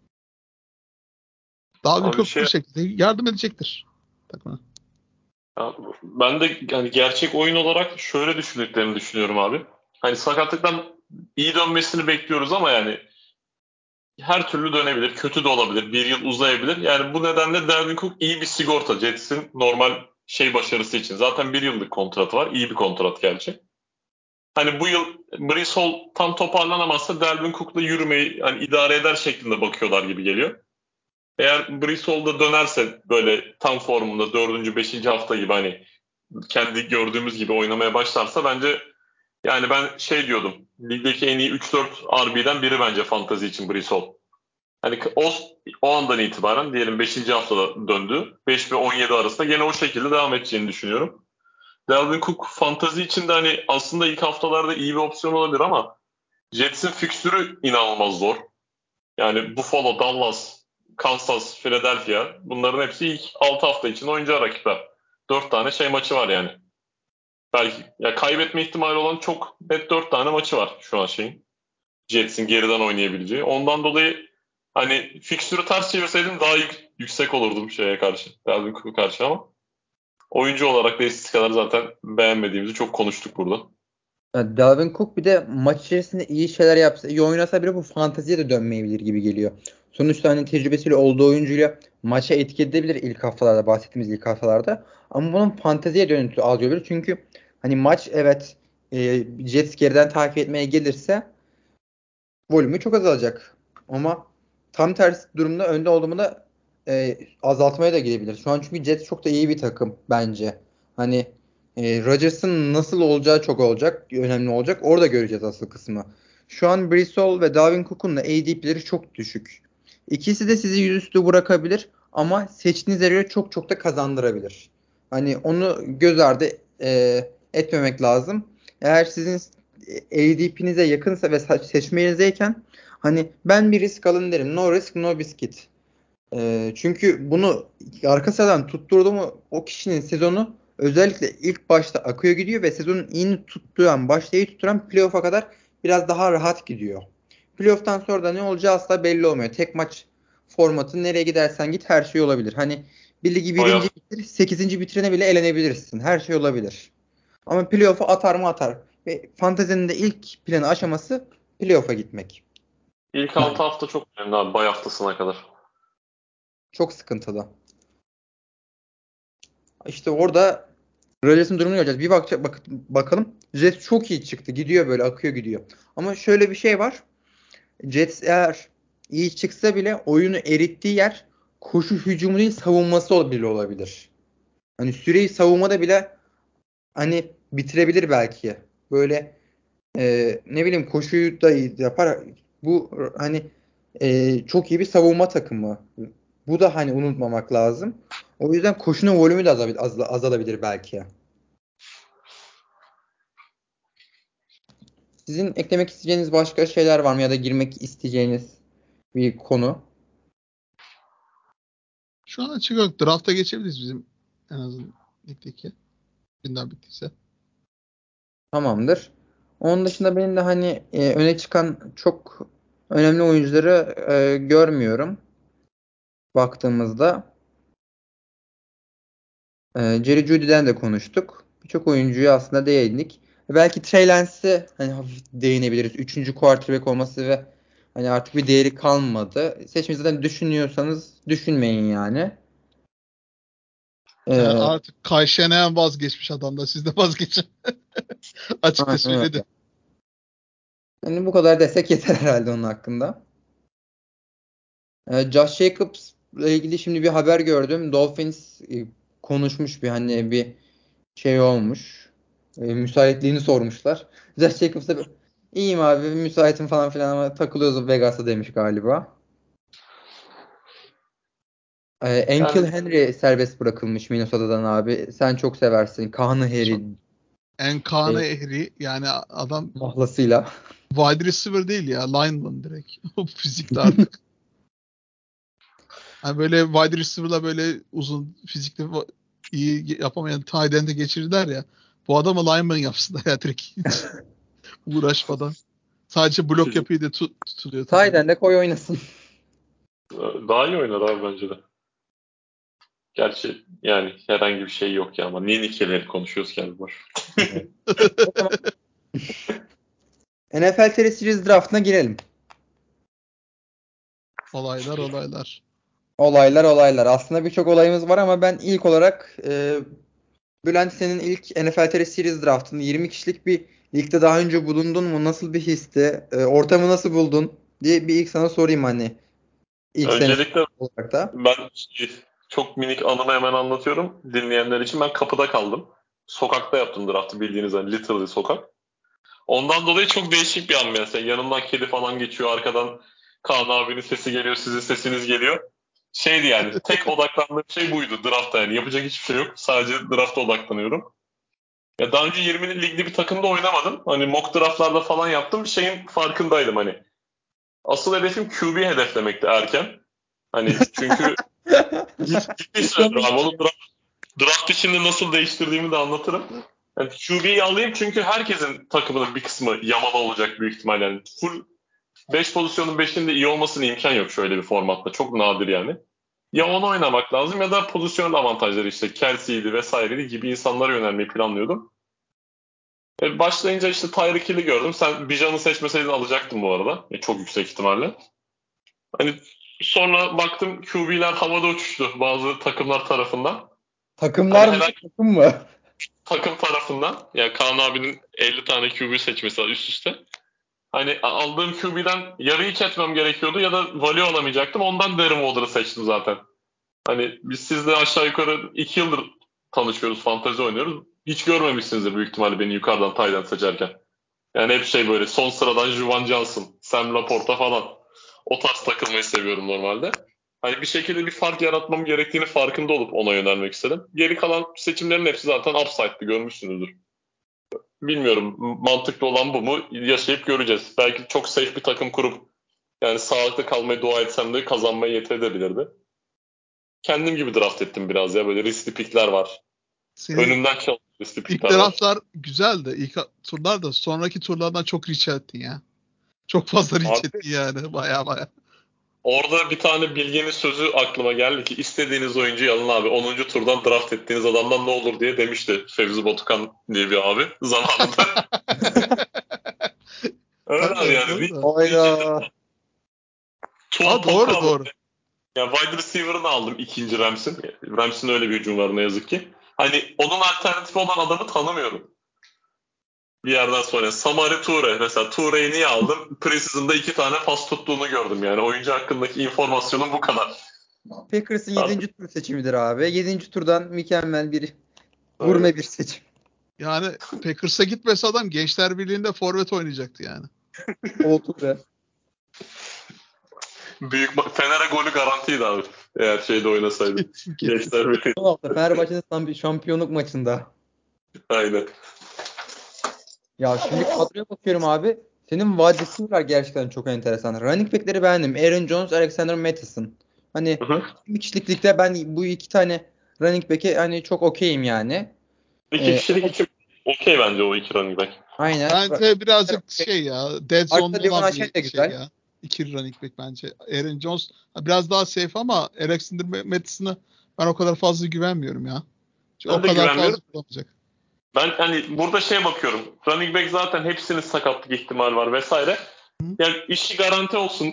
Dalvin Abi Cook bu şekilde yardım edecektir takıma. ya ben de yani gerçek oyun olarak şöyle düşündüklerini düşünüyorum abi. Hani sakatlıktan iyi dönmesini bekliyoruz ama yani her türlü dönebilir. Kötü de olabilir. Bir yıl uzayabilir. Yani bu nedenle Dalvin Cook iyi bir sigorta Jets'in normal şey başarısı için. Zaten bir yıllık kontratı var. İyi bir kontrat gerçi. Hani bu yıl Breece Hall tam toparlanamazsa Dalvin Cook'la yürümeyi hani idare eder şeklinde bakıyorlar gibi geliyor. Eğer Breece Hall da dönerse böyle tam formunda dördüncü, beşinci hafta gibi hani kendi gördüğümüz gibi oynamaya başlarsa bence yani ben şey diyordum. Ligdeki en iyi 3-4 RB'den biri bence fantazi için Breece Hall. Hani o andan itibaren diyelim 5. haftada döndü. 5 ve 17 arasında gene o şekilde devam edeceğini düşünüyorum. Dalvin Cook fantazi için de hani aslında ilk haftalarda iyi bir opsiyon olabilir ama Jets'in fikstürü inanılmaz zor. Yani Buffalo, Dallas, Kansas, Philadelphia bunların hepsi ilk 6 hafta için oyuncu rakipler. 4 tane maçı var yani. Belki ya kaybetme ihtimali olan çok net 4 tane maçı var şu an Jets'in geriden oynayabileceği. Ondan dolayı hani fikstürü ters çevirseydim daha yüksek olurdum karşı. Dalvin Cook'a karşı ama oyuncu olarak da istatistiksel zaten beğenmediğimizi çok konuştuk burada. Ya Dalvin Cook bir de maç içerisinde iyi şeyler yapsa, iyi oynasa bile bu fanteziye de dönmeyebilir gibi geliyor. Sonuçta hani tecrübesiyle olduğu oyuncuyla maça etki edebilir ilk haftalarda, bahsettiğimiz ilk haftalarda. Ama bunun fanteziye dönüntü alıyor. Çünkü hani maç evet Jets geriden takip etmeye gelirse volümü çok azalacak. Ama tam tersi durumda önde olduğumu da azaltmaya da gidebilir. Şu an çünkü Jets çok da iyi bir takım bence. Hani Rodgers'ın nasıl olacağı çok olacak, önemli olacak. Orada göreceğiz asıl kısmı. Şu an Breece Hall ve Dalvin Cook'un da ADP'leri çok düşük. İkisi de sizi yüzüstü bırakabilir ama seçtiğinize göre çok çok da kazandırabilir. Hani onu göz ardı etmemek lazım. Eğer sizin ADP'nize yakınsa ve seçmenizdeyken hani ben bir risk alın derim. No risk no biscuit. Çünkü bunu arka sıradan tutturdu mu o kişinin sezonu özellikle ilk başta akıyor gidiyor ve sezonun iyi tutturan, başta iyi tutturan playoff'a kadar biraz daha rahat gidiyor. Playoff'tan sonra da ne olacağı asla belli olmuyor. Tek maç formatı nereye gidersen git her şey olabilir. Hani bir ligi birinci Bayağı bitir, 8. bitirene bile elenebilirsin. Her şey olabilir. Ama playoff'a atar mı atar. Ve fantezinin de ilk planı aşaması playoff'a gitmek. ilk Yani 6 hafta çok önemli abi bay haftasına kadar. çok sıkıntılı. İşte orada Rodgers'ın durumunu göreceğiz. Bir bakalım. Jets çok iyi çıktı. Gidiyor böyle akıyor gidiyor. Ama şöyle bir şey var. Jets eğer iyi çıksa bile oyunu erittiği yer koşu hücumu değil savunması bile olabilir. Hani süreyi savunmada bile hani bitirebilir belki. Böyle ne bileyim koşuyu da iyi yapar. Bu hani çok iyi bir savunma takımı. Bu da hani unutmamak lazım. O yüzden koşunun volümü de azalabilir belki. Sizin eklemek isteyeceğiniz başka şeyler var mı ya da girmek isteyeceğiniz bir konu? Şu an açık yok. Draft'a geçebiliriz bizim en azından ligdeki. Gündem bittiyse. Tamamdır. Onun dışında benim de hani öne çıkan çok önemli oyuncuları görmüyorum baktığımızda. Jerry Jeudy'den de konuştuk. Birçok oyuncuyu aslında değindik. Belki Trey Lance'e hani hafif değinebiliriz. Üçüncü quarterback olması ve hani artık bir değeri kalmadı. Seçmeyi zaten düşünüyorsanız düşünmeyin yani. Yani E, artık Kay Shanahan vazgeçmiş adam da siz de vazgeçin. Açıkça aynen öyle. söyledi. Yani bu kadar desek yeter herhalde onun hakkında. Josh Jacobs'la ilgili şimdi bir haber gördüm. Dolphins konuşmuş bir hani bir şey olmuş. Müsaitliğini sormuşlar. Josh Jacobs da iyiyim abi müsaitim falan filan ama takılıyoruz Vegas'ta demiş galiba. Enkil Yani Henry serbest bırakılmış Minnesota'dan abi. Sen çok seversin. Kanı Çok Harry Enkane e, Ehri yani adam mahlasıyla. wide receiver değil ya. Lineman direkt. O fizikte artık. Hani böyle wide receiver'la böyle uzun fizikte iyi yapamayan tight end'e geçirdiler ya. Bu adamı lineman yapsınlar ya direkt hiç uğraşmadan. Sadece blok fizik yapıyı da tutuluyor takımda. Sahiden de koy oynasın. daha iyi oynar abi bence de. Gerçi yani herhangi bir şey yok ya ama niye nikeleri konuşuyoruz ki abi boş. Evet. O zaman NFL TR Series draftına girelim. Olaylar olaylar. Olaylar. Aslında birçok olayımız var ama ben ilk olarak Bülent senin ilk NFL TR Series draftın 20 kişilik bir ligde daha önce bulundun mu? Nasıl bir histi? Ortamı nasıl buldun? Diye bir ilk sana sorayım hani. İlk sene Öncelikle olarak da. ben çok minik anımı hemen anlatıyorum dinleyenler için. Ben kapıda kaldım. Sokakta yaptım draftı bildiğiniz gibi. Literally sokak. Ondan dolayı çok değişik bir an mesela. Yanımdan kedi falan geçiyor arkadan. Kaan abinin sesi geliyor, sizin sesiniz geliyor. Şeydi yani, tek odaklandığım şey buydu draftta yani. Yapacak hiçbir şey yok. Sadece drafta odaklanıyorum. Ya daha önce 20 ligde bir takımda oynamadım. Hani mock draftlarda falan yaptım. Bir şeyin farkındaydım hani. Asıl hedefim QB hedeflemekti erken. Hani çünkü ciddi söylüyorum abi. Onu draft içinde nasıl değiştirdiğimi de anlatırım. Yani QB'yi alayım çünkü herkesin takımının bir kısmı Yamalı olacak büyük ihtimal. Yani full 5 pozisyonun 5'inde iyi olmasına imkan yok şöyle bir formatta. Çok nadir yani. Ya onu oynamak lazım ya da pozisyon avantajları işte Kelsey'di vesaireydi gibi insanlara yönelmeyi planlıyordum. Başlayınca işte Tyreek Hill'i gördüm. Sen Bijan'ı seçmeseydin alacaktım bu arada. Çok yüksek ihtimalle. Hani sonra baktım QB'ler havada uçuştu bazı takımlar tarafından. Takımlar Hani mı? helal Takım mı? takım tarafından. Yani Kaan abinin 50 tane QB seçmesi var üst üste. Hani aldığım QB'den yarıyı etmem gerekiyordu ya da value alamayacaktım. Ondan Darren Water'ı seçtim zaten. Hani biz sizle aşağı yukarı 2 yıldır tanışıyoruz, fantezi oynuyoruz. Hiç görmemişsinizdir büyük ihtimalle beni yukarıdan tight end seçerken. Yani hep şey böyle son sıradan Juwan Johnson, Sam Laporta falan. O tarz takılmayı seviyorum normalde. Hani bir şekilde bir fark yaratmam gerektiğini farkında olup ona yönelmek istedim. Geri kalan seçimlerin hepsi zaten upside'dı, görmüşsünüzdür. Bilmiyorum mantıklı olan bu mu? Yaşayıp göreceğiz. Belki çok safe bir takım kurup yani sağlıklı kalmayı dua etsem de kazanmayı yetebilirdi. Kendim gibi draft ettim biraz ya. Böyle riskli pickler var. Senin Önümden çalan riskli ilk pickler var. draftlar güzeldi. İlk turlar da sonraki turlardan çok reach ettin ya. Çok fazla reach Abi ettin yani. Baya. orada bir tane bilgenin sözü aklıma geldi ki istediğiniz oyuncuyu alın abi. 10. turdan draft ettiğiniz adamdan ne olur diye demişti Fevzi Batukan diye bir abi zamanında. Öyle abi Tabii yani. doğru da. Hayda. Tua Ha, doğru Tagovailoa doğru. ya wide receiver'ını aldım ikinci Rams'in. Rams'in öyle bir hücum var ne yazık ki. Hani onun alternatifi olan adamı tanımıyorum. Bir yerden sonra Samari Toure. Mesela Toure'yi niye aldım? Preseason'da 2 tane pas tuttuğunu gördüm yani. Oyuncu hakkındaki informasyonum bu kadar. Packers'ın Artık 7. tur seçimidir abi. 7. turdan mükemmel bir aynen. gurme bir seçim. Yani Packers'a gitmese adam Gençler Birliği'nde forvet oynayacaktı yani. Koltuğu be. Fener'e golü garantiydi abi. Eğer şeyde oynasaydı. Kesin. Gençler Birliği. Son hafta Fenerbahçe'nin şampiyonluk maçında. Aynen. Ya şimdi kadroya bakıyorum abi. Senin wide receiver'lar gerçekten çok enteresan. Running back'leri beğendim. Aaron Jones, Alexander Mattison. Hı Hani hı. bir kişilik ligde ben bu iki tane running back'e hani çok okeyim yani. İki Ee, kişilik için okey bence o iki running back. aynen. Bence birazcık şey ya, dead zone'da Arkada Devon olan Achane de bir şey güzel. ya. İki running back bence. Aaron Jones biraz daha safe ama Alexander Mattison'a ben o kadar fazla güvenmiyorum ya. Çünkü o Ben de kadar güvenmiyorum. fazla bulamayacak. Ben hani burada şeye bakıyorum. Running back zaten hepsinin sakatlık ihtimali var vesaire. Hı? Yani işi garanti olsun.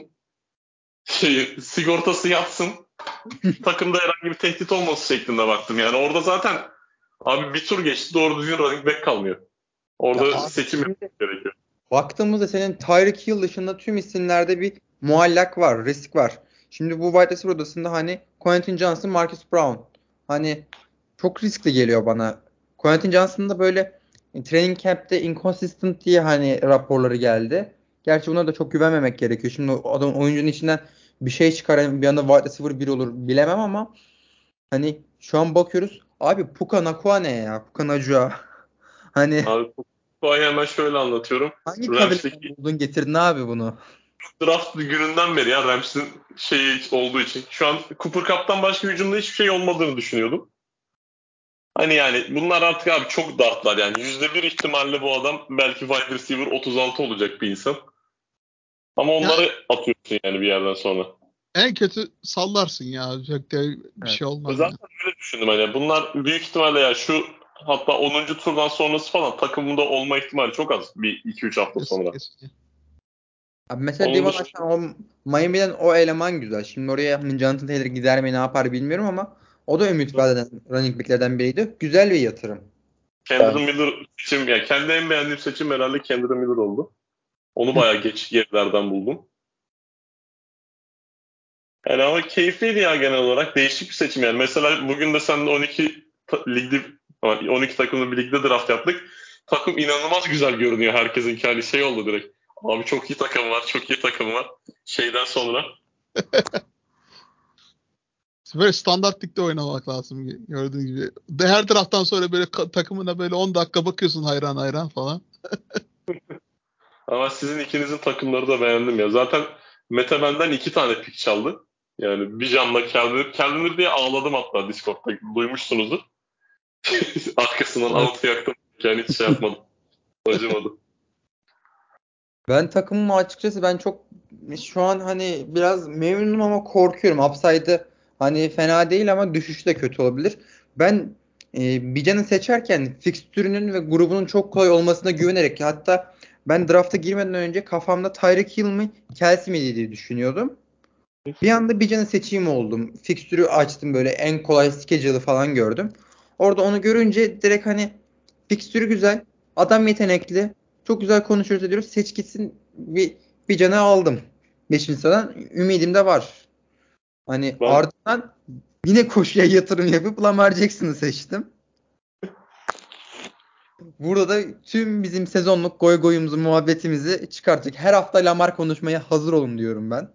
Sigortası yatsın. Takımda herhangi bir tehdit olması şeklinde baktım. Yani orada zaten abi bir tur geçti doğru düzgün running back kalmıyor. Ya Orada abi seçim şimdi yapmak gerekiyor. baktığımızda senin Tyreek Hill dışında tüm isimlerde bir muallak var, risk var. Şimdi bu wide receiver odasında hani Quentin Johnson, Marcus Brown. Hani çok riskli geliyor bana. Quentin Johnson'da böyle training camp'te inconsistent diye hani raporları geldi. Gerçi buna da çok güvenmemek gerekiyor. Şimdi o adam oyuncunun içinden bir şey çıkar bir anda wide receiver 1 olur bilemem ama hani şu an bakıyoruz. Abi Puka Nacua ne ya? Puka Nacua. Hani Abi bu ay hemen şöyle anlatıyorum. hangi kabileden Rams'deki buldun getirdin abi bunu? draft gününden beri ya Rams'in şeyi olduğu için. Şu an Cooper Cup'tan başka hücumda hiçbir şey olmadığını düşünüyordum. Hani yani bunlar artık abi çok dartlar yani. %1 ihtimalle bu adam belki wide receiver 36 olacak bir insan. Ama Ya onları atıyorsun yani bir yerden sonra. en kötü sallarsın ya. Çok da bir Evet. şey olmaz yani. Zaten öyle düşündüm hani. Bunlar büyük ihtimalle ya şu hatta 10. turdan sonrası falan takımında olma ihtimali çok az. Bir 2-3 hafta Kesin sonra. kesin. Abi mesela Onun Devon dışında Achane o Miami'den o eleman güzel. Şimdi oraya Jonathan Taylor gider mi ne yapar bilmiyorum ama o da ümit vaat eden running back'lerden biriydi. Güzel bir yatırım. Kendrick Miller seçim yani kendi en beğendiğim seçim herhalde Kendrick Miller oldu. Onu bayağı geç gerilerden buldum. Yani ama keyifliydi ya genel olarak. Değişik bir seçim yani. Mesela bugün de seninle 12 takımlı bir ligde draft yaptık. Takım inanılmaz güzel görünüyor herkesin. Yani şey oldu direkt. Abi çok iyi takım var. Çok iyi takım var. Şeyden sonra. Böyle standart ligde oynamak lazım gördüğün gibi. Her taraftan sonra böyle takımına böyle 10 dakika bakıyorsun hayran hayran falan. Ama sizin ikinizin takımları da beğendim ya. Zaten Mete benden 2 tane pik çaldı. Yani bir canla Kelvinir diye ağladım hatta Discord'da. Duymuşsunuzdur. Arkasından Evet. altı yaktım. Yani hiç şey yapmadım. Acımadı. Ben takımımı açıkçası ben çok şu an hani biraz memnunum ama korkuyorum. Upside'ı hani fena değil ama düşüşü de kötü olabilir. Ben Bijan'ı seçerken fikstürünün ve grubunun çok kolay olmasına güvenerek hatta ben drafta girmeden önce kafamda Tyreek Hill mi Kelsey mi diye düşünüyordum. Bir anda Bijan'ı seçeyim oldum. Fikstürü açtım böyle en kolay schedule'ı falan gördüm. Orada onu görünce direkt hani fikstürü güzel, adam yetenekli, çok güzel konuşuyoruz ediyoruz. Seç gitsin bir canı aldım. Beşinci sıradan ümidim de var. Hani Ben ardından yine koşuya yatırım yapıp Lamar Jackson'ı seçtim. Burada da tüm bizim sezonluk goy goyumuzu, muhabbetimizi çıkartacak. Her hafta Lamar konuşmaya hazır olun diyorum ben.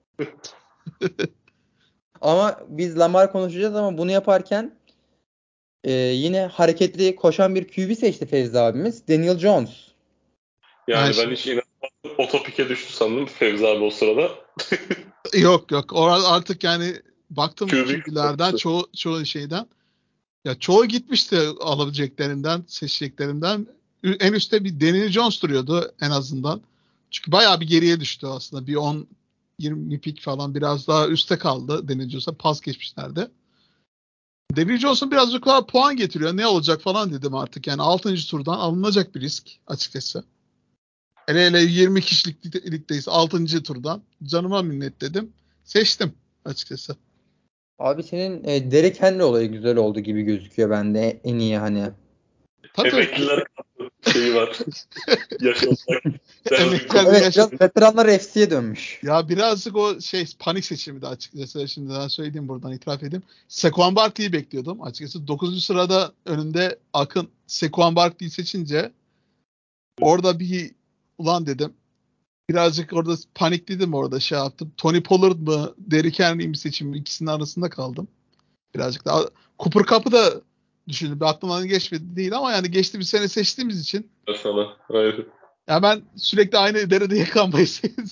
Ama biz Lamar konuşacağız ama bunu yaparken yine hareketli koşan bir QB seçti Fevzi abimiz. Daniel Jones. Yani ben hiç inanmadım. Otopike düştü sandım Fevzi abi o sırada. yok yok. Artık yani baktım QB QB'lerden çoğu şeyden. Ya çoğu gitmişti alabileceklerinden, seçeceklerinden. En üstte bir Daniel Jones duruyordu en azından. Çünkü bayağı bir geriye düştü aslında. Bir 10-20 pik falan biraz daha üstte kaldı Daniel Jones'a. Pas geçmişlerdi. Daniel Johnson birazcık daha puan getiriyor. Ne olacak falan dedim artık. Yani 6. turdan alınacak bir risk açıkçası. Hele 20 kişilik ligdeyiz 6. turdan. Canıma minnet dedim. Seçtim açıkçası. Abi senin Derrick Henry olayı güzel oldu gibi gözüküyor bende en iyi hani. Tabii emekliler şeyi var. Yaş olarak. emekliler Evet yaş. biraz veteranlar FC'ye dönmüş. Ya birazcık o panik seçimi de açıkçası. Şimdiden söyleyeyim buradan itiraf edeyim. Saquon Barkley'i bekliyordum. Açıkçası 9. sırada önünde Akın Saquon Barkley'i seçince orada bir ulan dedim. Birazcık orada panikledim orada şey yaptım. Tony Pollard mı Derrick Henry mi seçimi ikisinin arasında kaldım. Birazcık daha Cooper Cup'ı da düşündüm. Bir aklımdan geçmedi değil ama yani geçti bir sene seçtiğimiz için Sana. Hayır. ya ben sürekli aynı derede yıkanmayı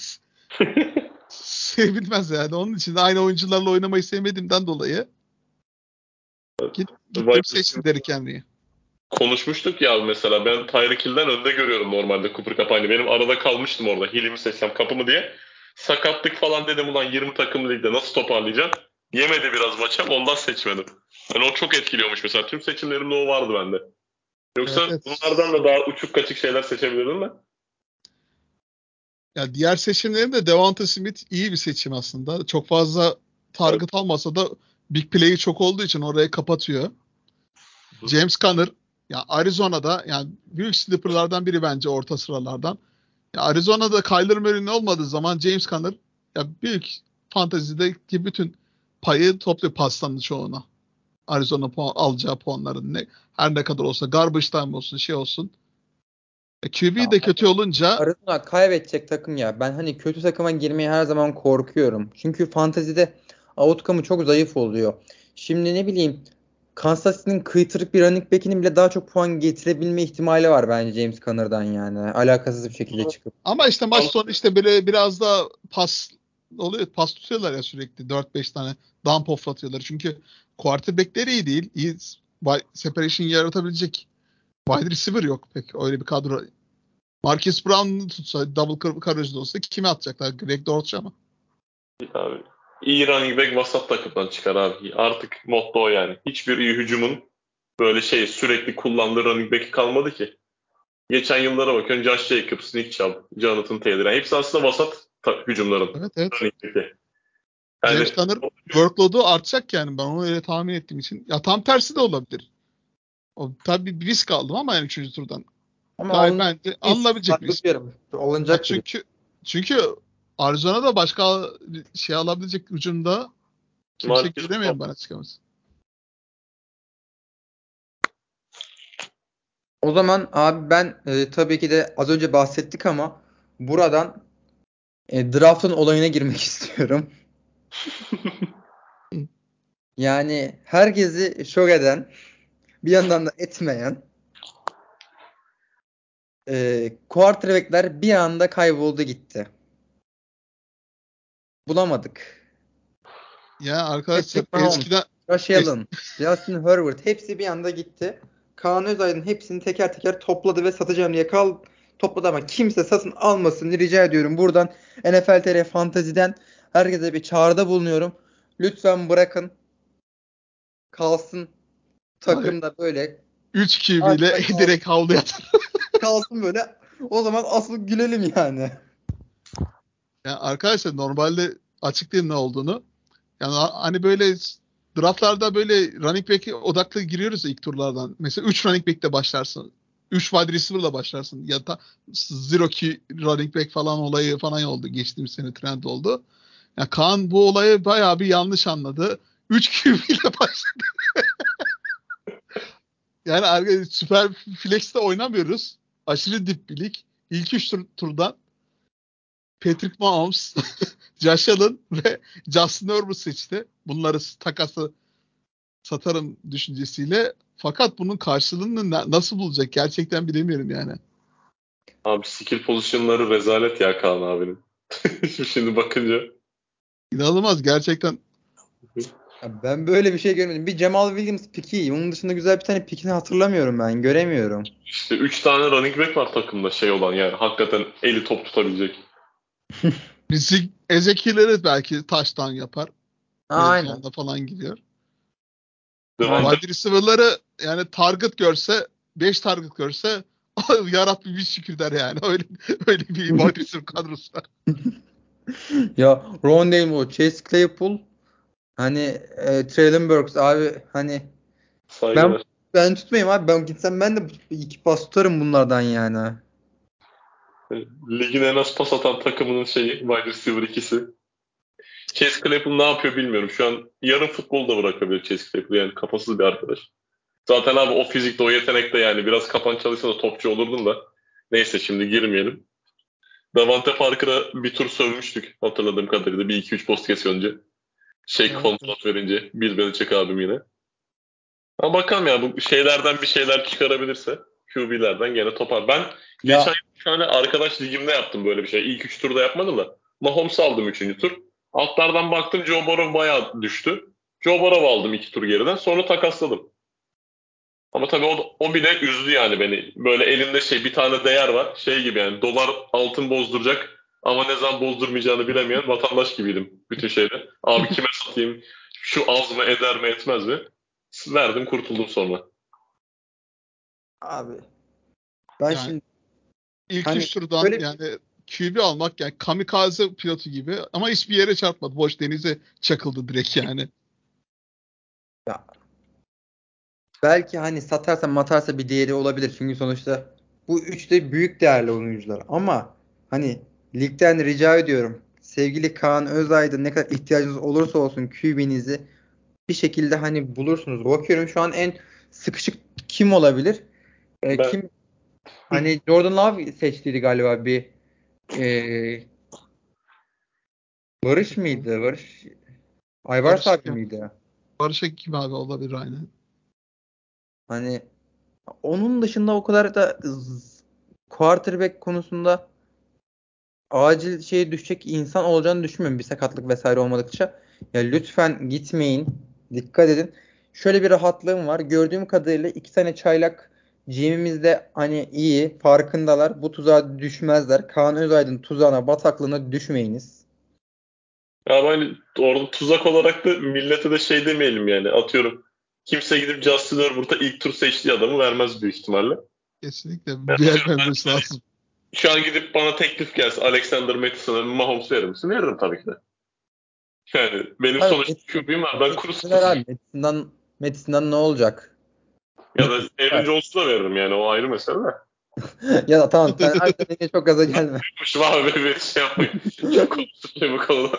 sevilmez yani. Onun için de aynı oyuncularla oynamayı sevmediğimden dolayı gittim Wide seçtim receiver Derrick Henry'i. konuşmuştuk ya mesela ben Tyreek Hill'den önde görüyorum normalde Cooper Cup. Hani benim arada kalmıştım orada. Hill'i mi seçsem kapı mı diye. Sakatlık falan dedim ulan 20 takım ligde nasıl toparlayacağım? Yemedi biraz maça ondan seçmedim. Yani o çok etkiliyormuş mesela. Tüm seçimlerimde o vardı bende. Yoksa Evet, evet. bunlardan da daha uçuk kaçık şeyler seçebilirdim de. Ya diğer seçimlerim de Devonta Smith iyi bir seçim aslında. Çok fazla Evet. target almasa da big play'i çok olduğu için orayı kapatıyor. James Conner ya Arizona'da yani büyük sleeper'lardan biri bence orta sıralardan. Ya Arizona'da Kyler Murray'nin olmadığı zaman James Conner ya büyük fantezideki bütün payı topluyor pastanın çoğuna. Arizona alacağı puanların her ne kadar olsa garbage time olsun şey olsun. QB Ya, de kötü olunca Arizona kaybedecek takım ya. Ben hani kötü takıma girmeye her zaman korkuyorum. Çünkü fantezide outcome'u çok zayıf oluyor. Şimdi ne bileyim Kansas City'nin kıytırık bir running back'inin bile daha çok puan getirebilme ihtimali var bence James Conner'dan yani. Alakasız bir şekilde çıkıp. ama işte maç sonu işte böyle biraz da pas oluyor. Pas tutuyorlar ya sürekli 4-5 tane dump off atıyorlar. Çünkü quarterback'leri iyi değil. İyi separation yaratabilecek wide receiver yok pek. Öyle bir kadro. Marcus Brown'u tutsa double coverage'da olsa kime atacaklar? Greg Dortch'a mı? Abi, iyi running back vasat takımdan çıkar abi. Artık motto o yani. Hiçbir iyi hücumun böyle sürekli kullandığı running back'i kalmadı ki. Geçen yıllara bakıyorsun Josh Jacobs, Nick Chubb, Jonathan Taylor. Yani hepsi aslında vasat hücumların Evet, evet. running back'i. Yani James Conner workload'u artacak yani ben onu öyle tahmin ettiğim için. Ya tam tersi de olabilir. O tabii bir risk aldım ama yani 3. turdan. Ama Gayet alınacak bence bir risk. alınabilecek bir Saygı risk. duyarım. Ya Alınacak bir risk. çünkü Arizona'da başka şey alabilecek ucunda kimse Marcus göremiyorum bana çıkamaz. O zaman abi ben tabii ki de az önce bahsettik ama buradan draft'ın olayına girmek istiyorum. Yani herkesi şok eden, bir yandan da etmeyen quarterback'ler bir anda kayboldu gitti. Bulamadık. Ya arkadaşlar Patrick Mahomes, eskiden Josh es- Allen, Justin Herbert hepsi bir anda gitti. Kaan Özaydın hepsini teker teker topladı ve satacağım diye topladı ama kimse satın almasın rica ediyorum. Buradan NFL TR Fantasy'den herkese bir çağrıda bulunuyorum. Lütfen bırakın kalsın abi, takımda böyle 3 QB ile arkada direkt havlu yatır. kalsın böyle. O zaman asıl gülelim yani. Yani arkadaşlar normalde açıklayayım ne olduğunu. Yani hani böyle draftlarda böyle running back'e odaklı giriyoruz ya ilk turlardan. Mesela 3 running back'te başlarsın. 3 wide receiver'la başlarsın. Ya da zero key running back falan olayı falan oldu. Geçtiğimiz sene trend oldu. Yani Kaan bu olayı bayağı bir yanlış anladı. 3 QB ile başladı. Yani arkadaşlar süper flex'te oynamıyoruz. Aşırı dip bir lig. İlk 3 turdan Patrick Mahomes, Josh Allen ve Justin Herbert seçti. Bunları takası satarım düşüncesiyle. Fakat bunun karşılığını nasıl bulacak gerçekten bilemiyorum yani. Abi skill pozisyonları rezalet ya Kaan abinin. Şimdi bakınca. İnanılmaz gerçekten. Ya ben böyle bir şey görmedim. Bir Jamal Williams piki. Onun dışında güzel bir tane pikini hatırlamıyorum ben. Göremiyorum. İşte 3 tane running back var takımda şey olan yani hakikaten eli top tutabilecek. Bizi Ezekiel'leri belki taştan yapar. Red Aynen. zone'da falan gidiyor. Devante, Aynen. Wide receiver'ları yani target görse 5 target görse yarabbim bir şükür der yani. Öyle bir wide receiver kadrosu var. Ya Rondale Moore, Chase Claypool hani Traylon Burks abi hani ben saygılar. ben tutmayayım abi ben gitsem ben de iki pas tutarım bunlardan yani. Ligin en az pas atan takımının şeyi wide receiver ikisi. Chase Claypool ne yapıyor bilmiyorum. Şu an yarın futbolu da bırakabilir Chase Claypool. Yani kafasız bir arkadaş. Zaten abi o fizikte o yetenekte yani biraz kafan çalışsa da topçu olurdun da. Neyse şimdi girmeyelim. Davante Parker'a bir tur sövmüştük hatırladığım kadarıyla. Bir iki üç podcast önce. Şey Evet, evet. kontrat verince. Bill Belichick abim yine. Ama bakalım ya bu şeylerden bir şeyler çıkarabilirse QB'lerden gene topar. Ben geçen Ya yıl bir tane arkadaş ligimde yaptım böyle bir şey. İlk 3 turda yapmadım da. Mahomes'u aldım 3. tur. Altlardan baktım Joe Burrow bayağı düştü. Joe Burrow aldım 2 tur geriden. Sonra takasladım. Ama tabii o bile üzdü yani beni. Böyle elimde şey bir tane değer var. Şey gibi yani dolar altın bozduracak ama ne zaman bozdurmayacağını bilemeyen vatandaş gibiydim bütün şeyde. Abi kime satayım? Şu az mı eder mi etmez mi? Verdim kurtuldum sonra. abi ben Yani şimdi ilk hani 3 turdan böyle yani QB almak yani kamikaze pilotu gibi ama hiçbir yere çarpmadı. Boş denize çakıldı direkt yani. ya belki hani satarsa matarsa bir değeri olabilir. Çünkü sonuçta bu üç de büyük değerli oyuncular. Ama hani ligden rica ediyorum. Sevgili Kaan Özaydın ne kadar ihtiyacınız olursa olsun QB'nizi bir şekilde hani bulursunuz. Bakıyorum şu an en sıkışık kim olabilir? Ben Kim hani Jordan Love seçtiydi galiba bir e, Barış mıydı? Aybars Barış abi kim? miydi? Barış kim abi olabilir aynı. Hani onun dışında o kadar da quarterback konusunda acil şeye düşecek insan olacağını düşünmüyorum bir sakatlık vesaire olmadıkça. Ya lütfen gitmeyin. Dikkat edin. Şöyle bir rahatlığım var. Gördüğüm kadarıyla iki tane çaylak GM'imiz de hani iyi, farkındalar. Bu tuzağa düşmezler. Kaan Özaydın tuzağına, bataklığına düşmeyiniz. ya ben orada tuzak olarak da millete de şey demeyelim yani atıyorum. Kimse gidip Justin Herbert'a ilk tur seçtiği adamı vermez büyük ihtimalle. Kesinlikle Ben atıyorum vermemiz lazım. şu an gidip bana teklif gelse Alexander Mattison'a Mahomes verir misin? Veririm tabii ki de. Yani benim Abi sonuçta QB'm var. Ben kuru Madison'ı ver sıkıntı abi. Madison'dan ne olacak? ya da Aaron Ver. Jones'u da veririm yani o ayrı mesele de. Ya da tamam sen harbiden yine çok gaza gelme. Kuşum abi beni şey yapmayın. Çok konuşmayın bu konuda.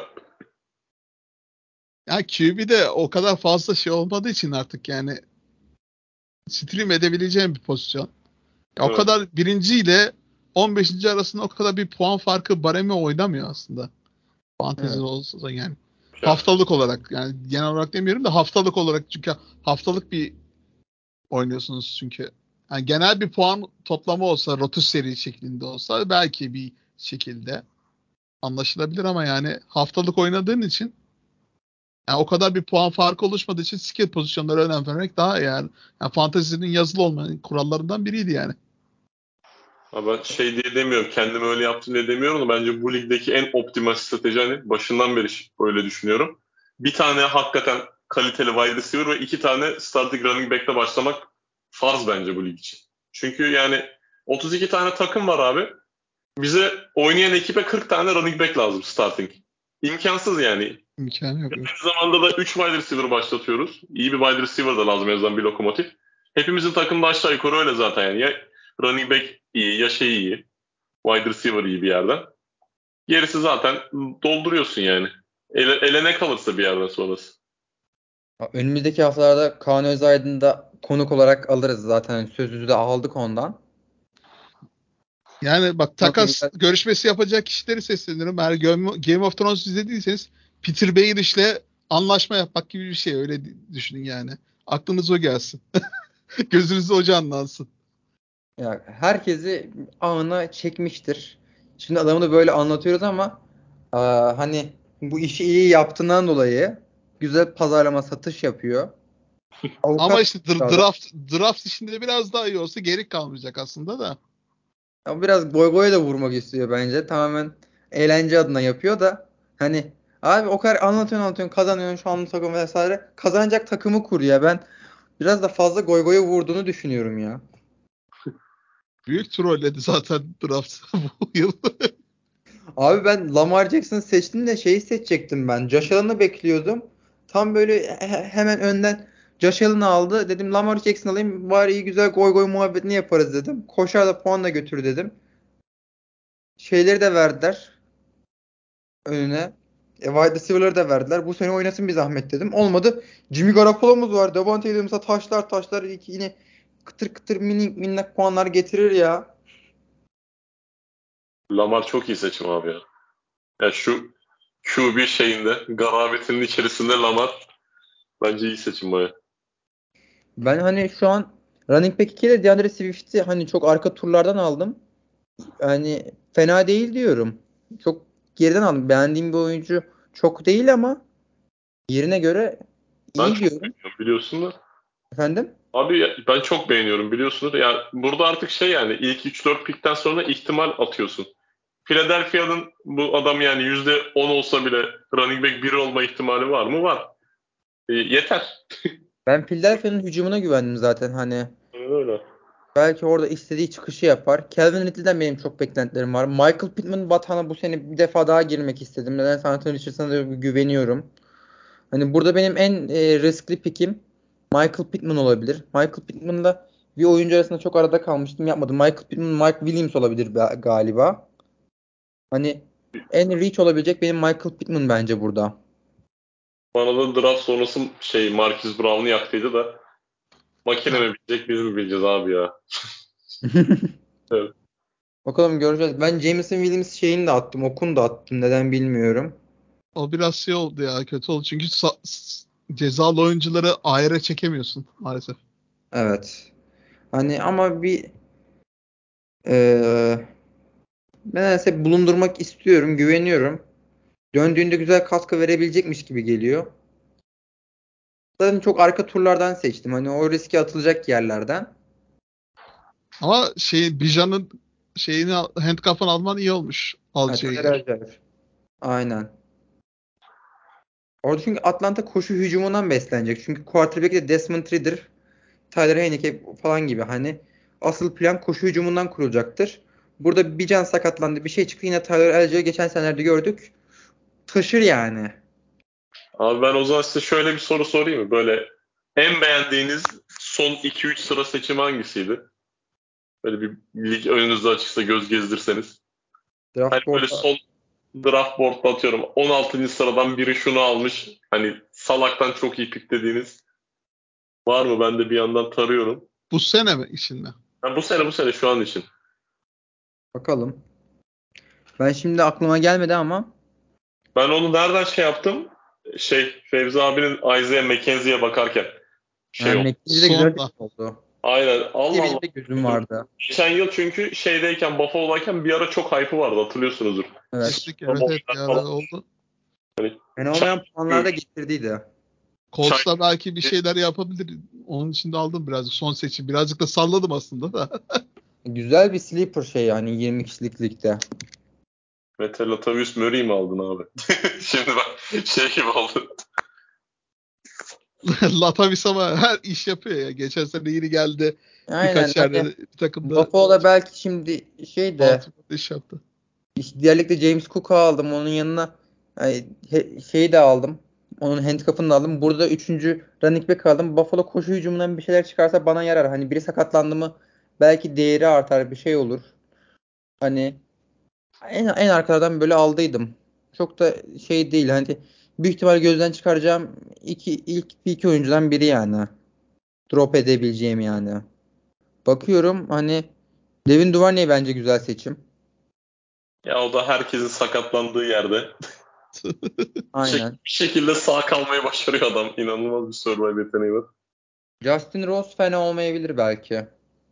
Ya QB'de o kadar fazla şey olmadığı için artık yani stream edebileceğim bir pozisyon. Ya o Evet. kadar birinciyle 15. arasında o kadar bir puan farkı baremi oynamıyor aslında. Fantezi Evet. olsa yani. Haftalık olarak yani genel olarak demiyorum da haftalık olarak çünkü haftalık bir oynuyorsunuz çünkü. Yani genel bir puan toplama olsa Rotus seri şeklinde olsa belki bir şekilde anlaşılabilir ama yani haftalık oynadığın için yani o kadar bir puan farkı oluşmadığı için skill pozisyonlara önem vermek daha iyi yani. Yani fantezinin yazılı olmanın kurallarından biriydi yani. Ha ben şey diye demiyorum, kendim öyle yaptım diye demiyorum da bence bu ligdeki en optimal strateji hani başından beri öyle düşünüyorum. Bir tane hakikaten kaliteli wide receiver ve iki tane starting running back'le başlamak farz bence bu lig için. Çünkü yani 32 tane takım var abi. Bize oynayan ekibe 40 tane running back lazım starting. İmkansız yani. İmkanı yok. Aynı zamanda da 3 wide receiver başlatıyoruz. İyi bir wide receiver da lazım en azından bir lokomotif. Hepimizin takımda aşağı yukarı öyle zaten yani. Ya running back iyi ya şey iyi. Wide receiver iyi bir yerden. Gerisi zaten dolduruyorsun yani. Ele ne kalırsa bir yerden sonrası. Önümüzdeki haftalarda Kaan Özaydın'ı da konuk olarak alırız zaten. Sözümüzü de aldık ondan. Yani bak Ama takas güzel. görüşmesi yapacak kişileri sesleniyorum. Eğer Game of Thrones izlediyseniz Peter Baelish'le anlaşma yapmak gibi bir şey öyle düşünün yani. Aklınız o gelsin. Gözünüzde o canlansın. Ya herkesi ağına çekmiştir. Şimdi adamı da böyle anlatıyoruz ama hani bu işi iyi yaptığından dolayı güzel pazarlama satış yapıyor. Ama Avukat işte adam. draft işinde de biraz daha iyi olsa gerek kalmayacak aslında da. Ama biraz goy goya da vurmak istiyor bence. Tamamen eğlence adına yapıyor da hani abi o kadar anlatıyorsun kazanıyorsun şu an takım vesaire. Kazanacak takımı kur ya. Ben biraz da fazla goy goya vurduğunu düşünüyorum ya. Büyük trolledi zaten draft bu yıl. Abi ben Lamar Jackson'ı seçtim de şeyi seçecektim ben. Josh Allen'ı bekliyordum. Tam böyle hemen önden Josh Allen'ı aldı. Dedim Lamar Jackson alayım. Bari iyi güzel goy goy muhabbetini yaparız dedim. Koşar da puan da götür dedim. Şeyleri de verdiler önüne. Wide receiver'ları da verdiler. Bu sene oynasın bir zahmet dedim. Olmadı. Jimmy Garoppolo'muz var. Davante Adams'a taşlar yine kıtır kıtır minnak puanlar getirir ya. Lamar çok iyi seçim abi ya. Ya şu QB şeyinde, garabetinin içerisinde Lamar bence iyi seçim baya. Ben hani şu an running back 2'de DeAndre Swift'i hani çok arka turlardan aldım. Yani fena değil diyorum. Çok geriden aldım. Beğendiğim bir oyuncu çok değil ama yerine göre Ben iyi çok diyorum. beğeniyorum biliyorsun da. Efendim? Abi ben çok beğeniyorum biliyorsunuz. Ya burada artık şey yani ilk 3-4 pikten sonra ihtimal atıyorsun. Philadelphia'nın bu adam yani %10 olsa bile running back 1 olma ihtimali var mı? Var. Yeter. Ben Philadelphia'nın hücumuna güvendim zaten hani. Öyle. Belki orada istediği çıkışı yapar. Calvin Ridley'den benim çok beklentilerim var. Michael Pittman batağına bu sene bir defa daha girmek istedim. Neden? Anthony Richardson'a da güveniyorum. Hani burada benim en riskli pick'im Michael Pittman olabilir. Michael Pittman'la bir oyuncu arasında çok arada kalmıştım. Yapmadım. Michael Pittman, Mike Williams olabilir galiba. Hani en reach olabilecek benim Michael Pittman bence burada. Bana da draft sonrası şey Marquise Brown'u yaktıydı da makine mi bilecek biz mi bileceğiz abi ya. Evet. Bakalım göreceğiz. Ben Jameson Williams şeyini de attım. Okunu da attım. Neden bilmiyorum. O biraz şey oldu ya kötü oldu çünkü cezalı oyuncuları ayrı çekemiyorsun maalesef. Evet. Hani ama bir eee nedense bulundurmak istiyorum. Güveniyorum. Döndüğünde güzel katkı verebilecekmiş gibi geliyor. Zaten çok arka turlardan seçtim. Hani o riske atılacak yerlerden. Ama Bijan'ın handcuff'ını alman iyi olmuş Evet, alacağı Tyler yer. Algier. Aynen. Orada çünkü Atlanta koşu hücumundan beslenecek. Çünkü quarterback'te Desmond Ridder, Tyler Heinicke falan gibi hani asıl plan koşu hücumundan kurulacaktır. Burada bir can sakatlandı, bir şey çıktı. Yine Tyler Algier'i geçen senelerde gördük. Taşır yani. Abi ben o zaman size şöyle bir soru sorayım mı? Böyle en beğendiğiniz son 2-3 sıra seçimi hangisiydi? Böyle bir lig önünüzde açıksa göz gezdirseniz. Hani Draft böyle board'a son draft board'da atıyorum 16. sıradan biri şunu almış. Hani salaktan çok iyi pik dediğiniz var mı? Ben de bir yandan tarıyorum. Bu sene mi işinde? Ha, bu sene şu an için. Bakalım. Ben şimdi aklıma gelmedi ama Ben onu nereden şey yaptım? Fevzi abinin Isaiah McKenzie'ye bakarken şey oldu. McKinney de güzel bir Sonda. şey oldu. Aynen. Allah Benim Allah. de gözüm vardı. Geçen yıl çünkü şeydeyken Buffalo'dayken bir ara çok hype'ı vardı, hatırlıyorsunuzdur. Evet. Kesinlikle Super evet evet bir Bowl'lar ara falan. oldu. Hani Yani olmayan puanlar çay, da getirdiydi. çay, Colts'ta belki bir şeyler yapabilir. Onun için de aldım birazcık son seçim. Birazcık da salladım aslında da. Güzel bir sleeper şey yani 20 kişilik ligde. Mete Latavius Murray mi aldın abi? Şimdi ben şey gibi oldu. Latavius ama her iş yapıyor ya. Geçen sene yeni geldi. Aynen Birkaç hani yerde bir takımda Buffalo'da belki şimdi şey de Baltimore'da iş yaptı. işte diğer ligde James Cook'u aldım. Onun yanına şeyi de aldım. Onun handcuff'ını da aldım. Burada üçüncü running back aldım. Buffalo koşu hücumundan bir şeyler çıkarsa bana yarar. Hani biri sakatlandı mı belki değeri artar bir şey olur. Hani en arkadan böyle aldıydım. Çok da şey değil. Hani büyük ihtimal gözden çıkaracağım ilk bir iki oyuncudan biri yani. Drop edebileceğim yani. Bakıyorum hani Devin Duvernay bence güzel seçim. Ya o da herkesin sakatlandığı yerde Aynen. bir şekilde sağ kalmayı başarıyor adam. İnanılmaz bir survival yeteneği var. Justin Rose fena olmayabilir belki.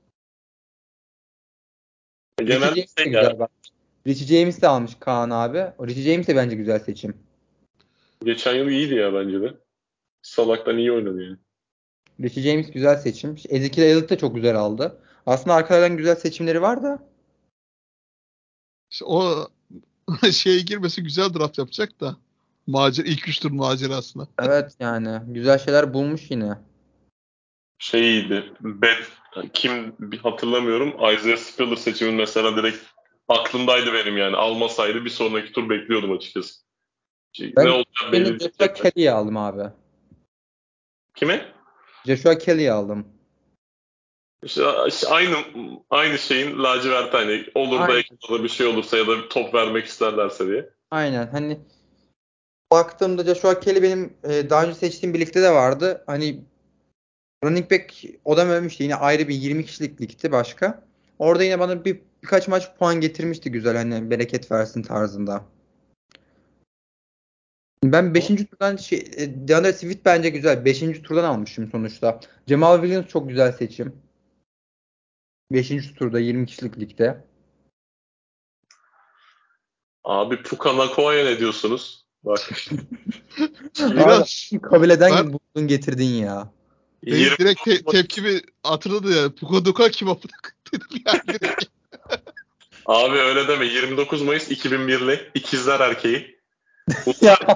Richie Genelde James de ya, güzel bak. Richie James de almış Kaan abi. O Richie James de bence güzel seçim. geçen yıl iyiydi ya bence de. Salak'tan iyi oynadı yani. Richie James güzel seçim. Ezekiel Elliott da çok güzel aldı. Aslında arkadan güzel seçimleri var da. İşte o şeye girmesi güzel draft yapacak da. İlk üç tur macerasına. Evet yani güzel şeyler bulmuş yine. Şeyiydi. Kim bir hatırlamıyorum. Isaiah Spiller seçimin mesela direkt aklımdaydı benim yani. Almasaydı bir sonraki tur bekliyordum açıkçası. Ne Ben olacağı yeni belli Joshua değil. Kelly'yi aldım abi. Kime? Joshua Kelly'yi aldım. İşte aynı şeyin lacivert hani olur da Aynen. ekstra bir şey olursa ya da top vermek isterlerse diye. Aynen. Hani baktığımda Joshua Kelly benim daha önce seçtiğim bir ligde de vardı. Hani running back o da ölmüştü. Yine ayrı bir 20 kişilik ligdi başka. Orada yine bana birkaç maç puan getirmişti güzel hani bereket versin tarzında. Ben Ama beşinci turdan DeAndre Swift bence güzel. Beşinci turdan almışım sonuçta. Jamal Williams çok güzel seçim. Beşinci turda 20 kişilik ligde. abi Puka Nakua'ya ne diyorsunuz? Bak Abi Biraz ben kabileden buldun getirdin ya. benim 20 direkt tepkimi hatırladı ya. Pukaduka kim apıdak dedim yani direkt. abi öyle deme, 29 Mayıs 2001'li ikizler erkeği. Ya, Bunlar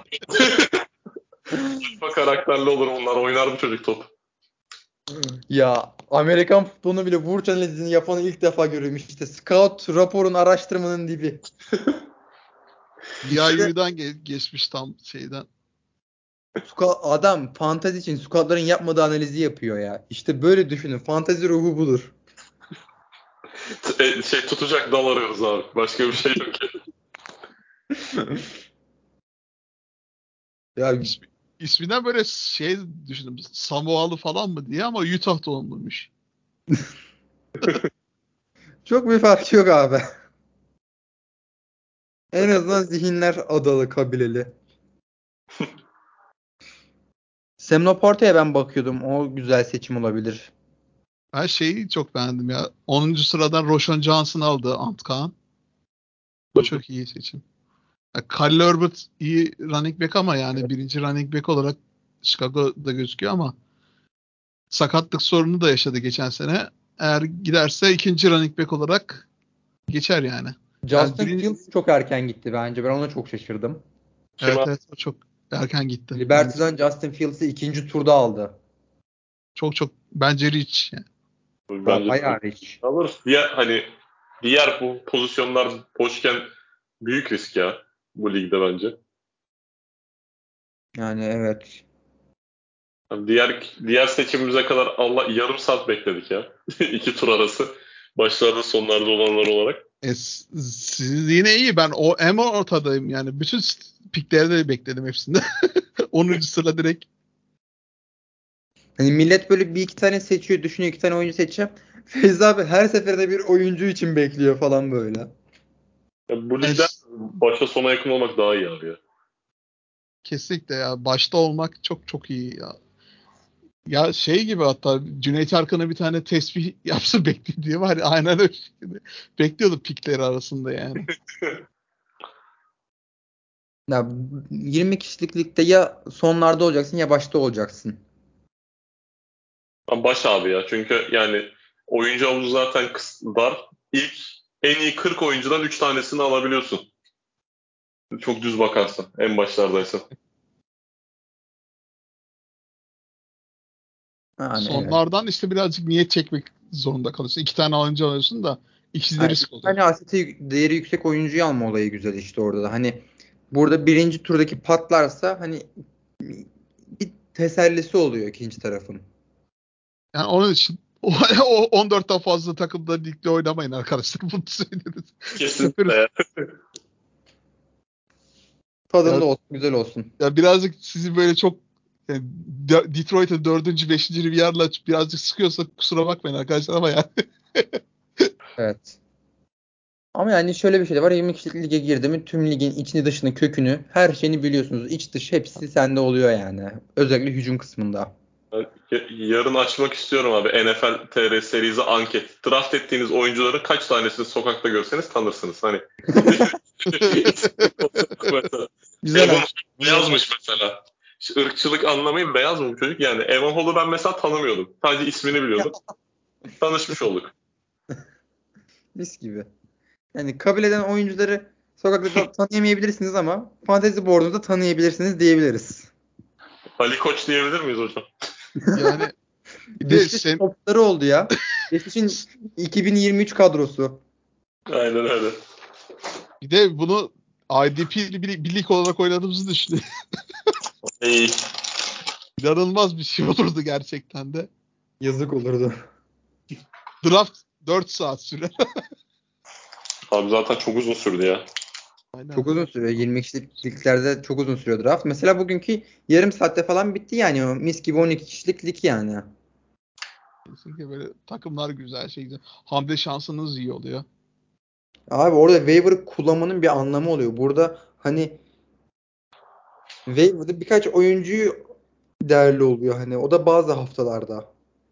alfa karakterli olur, bunlar oynar bu çocuk top. ya Amerikan futbolunu bile Burç analizini yapanı ilk defa görüyorum işte. Scout raporun araştırmanın dibi. İşte DIY'den geçmiş tam şeyden. Adam fantezi için scoutların yapmadığı analizi yapıyor ya. İşte böyle düşünün. Fantezi ruhu budur. Tutacak dal arıyoruz abi. Başka bir şey yok. Ya İsmi, isminden böyle şey düşündüm. Samoalı falan mı diye ama Utah doğumluymuş. çok bir fark yok abi. En azından zihinler adalı, kabileli. Sam Laporte'ye ben bakıyordum. O güzel seçim olabilir. Ben şeyi çok beğendim ya. 10. sıradan Roshan Johnson aldı Antkan. O çok iyi seçim. Ya, Khalil Herbert iyi running back ama yani birinci running back olarak Chicago'da gözüküyor ama sakatlık sorunu da yaşadı geçen sene. Eğer giderse ikinci running back olarak geçer yani. Yani Justin Fields çok erken gitti bence. Ben ona çok şaşırdım. Kim evet abi? evet o çok erken gitti. Ben de Liberty'den Justin Fields'ı ikinci turda aldı. çok bence Rich. Yani. Bence de Bayağı rich. alır. Diğer bu pozisyonlar boşken büyük risk ya bu ligde bence. Yani evet. Yani diğer seçimimize kadar yarım saat bekledik ya. İki tur arası. Başlarda sonlarda olanlar olarak. Siz yine iyi. Ben en ortadayım yani. Bütün pikleri de bekledim hepsinde. 10. sıra direkt. Hani millet böyle bir iki tane seçiyor, düşünüyor iki tane oyuncu seçeceğim. Feyzi abi her seferinde bir oyuncu için bekliyor falan böyle. Ya bu ligden başa sona yakın olmak daha iyi abi ya. Kesinlikle ya. Başta olmak çok çok iyi ya. Ya şey gibi, hatta Cüneyt Arkın'a bir tane tesbih yapsa bekliyor diye var ya, aynen öyle şekilde. Bekliyordu pikleri arasında yani. Ya 20 kişilik ligde ya sonlarda olacaksın ya başta olacaksın. Ben baş abi ya. Çünkü yani oyuncu havuzu zaten dar. İlk en iyi 40 oyuncudan 3 tanesini alabiliyorsun. Çok düz bakarsan. En başlardaysan. Yani evet. Sonlardan işte birazcık niyet çekmek zorunda kalıyorsun. 2 tane oyuncu alıyorsun da ikisi de Yani risk oluyor. hani aseti değeri yüksek oyuncuyu alma olayı güzel işte orada da. Hani burada birinci turdaki patlarsa hani bir tesellisi oluyor ikinci tarafın. Yani onun için o 14'ten fazla takımda ligde oynamayın arkadaşlar. Bunu söylüyoruz. Kesinlikle ya. Ya, Tadında olsun, güzel olsun. ya birazcık sizi böyle çok yani Detroit'e 4. 5. bir yerle birazcık sıkıyorsa kusura bakmayın arkadaşlar ama yani. Evet. Ama yani şöyle bir şey de var. 20 kişilik lige girdi mi tüm ligin içini dışını kökünü her şeyini biliyorsunuz. İç dış hepsi sende oluyor yani. Özellikle hücum kısmında. Yarın açmak istiyorum abi. NFL TR serisi anket. Draft ettiğiniz oyuncuların kaç tanesini sokakta görseniz tanırsınız. Hani mesela. Güzel Evan abi. Hall beyazmış mesela. İşte ırkçılık anlamayın, beyaz mı bu çocuk? Yani Evan Hall'u ben mesela tanımıyordum. Sadece ismini biliyordum. Tanışmış olduk. Mis gibi. Yani kabul eden oyuncuları sokakta tanıyamayabilirsiniz ama fantezi board'unuzda tanıyabilirsiniz diyebiliriz. Ali Koç diyebilir miyiz hocam? Yani bir de Beşiktaş'ın topları oldu ya. Beşiktaş'ın 2023 kadrosu. Aynen öyle. bunu IDP bir lig olarak oynadığımızı düşünün. İyi. İnanılmaz bir şey olurdu gerçekten de. Yazık olurdu. Draft 4 saat sürer. Abi zaten çok uzun sürdü ya. Çok Aynen. uzun sürüyor. 20 kişilik liglerde çok uzun sürüyor draft. Mesela bugünkü yarım saatte falan bitti yani. O mis gibi 12 kişilik lig yani. Kesinlikle böyle takımlar güzel şey güzel. Hamle şansınız iyi oluyor. Abi orada waiver kullanmanın bir anlamı oluyor. Burada hani waiver'da birkaç oyuncuyu değerli oluyor hani. O da bazı haftalarda.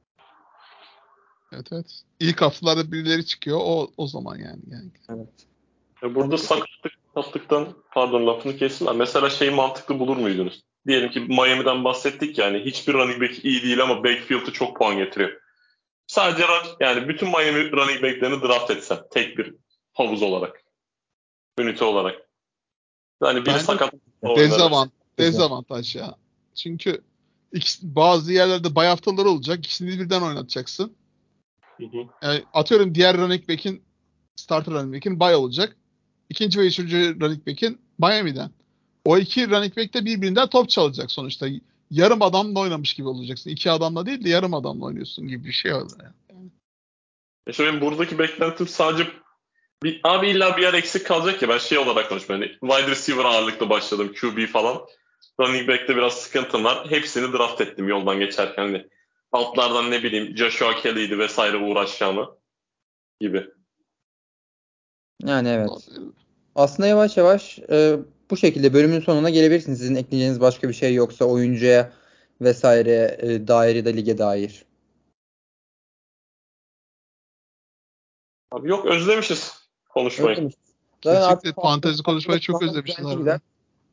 Evet evet. İlk haftalarda birileri çıkıyor. O zaman yani. Evet. Ya Hani burada sakatlıktan pardon lafını kestim. Mesela şey mantıklı bulur muydunuz? Diyelim ki Miami'den bahsettik yani hiçbir running back iyi değil ama backfield'ı çok puan getiriyor. Sadece yani bütün Miami running back'lerini draft etsen tek bir havuz olarak, ünite olarak. Yani biri Bence sakat oynar. dezavantaj ya. Çünkü bazı yerlerde bay haftaları olacak. İkisini birden oynatacaksın. Hı hı. Yani atıyorum diğer running back'in starter running back'in bay olacak. İkinci ve üçüncü running back'in Miami'den. O iki running back de birbirinden top çalacak sonuçta. Yarım adamla oynamış gibi olacaksın. İki adamla değil de yarım adamla oynuyorsun gibi bir şey oluyor. Yani. İşte benim buradaki beklentim sadece abi illa bir yer eksik kalacak ya ben şey olarak konuşuyorum. Yani wide receiver ağırlıklı başladım QB falan. Running back'te biraz sıkıntım var. Hepsini draft ettim yoldan geçerken. Hani altlardan ne bileyim Joshua Kelly'ydi vesaire uğraşacağımı gibi. Yani evet. Aslında yavaş yavaş bu şekilde bölümün sonuna gelebilirsiniz. Sizin ekleyeceğiniz başka bir şey yoksa oyuncuya vesaire dair ya da lige dair. Abi yok özlemişiz konuşmayı. Öyle mi? Zaten Kesinlikle artık fantezi konuşmayı çok haftada özlemişiz düzenli gider. harbiden.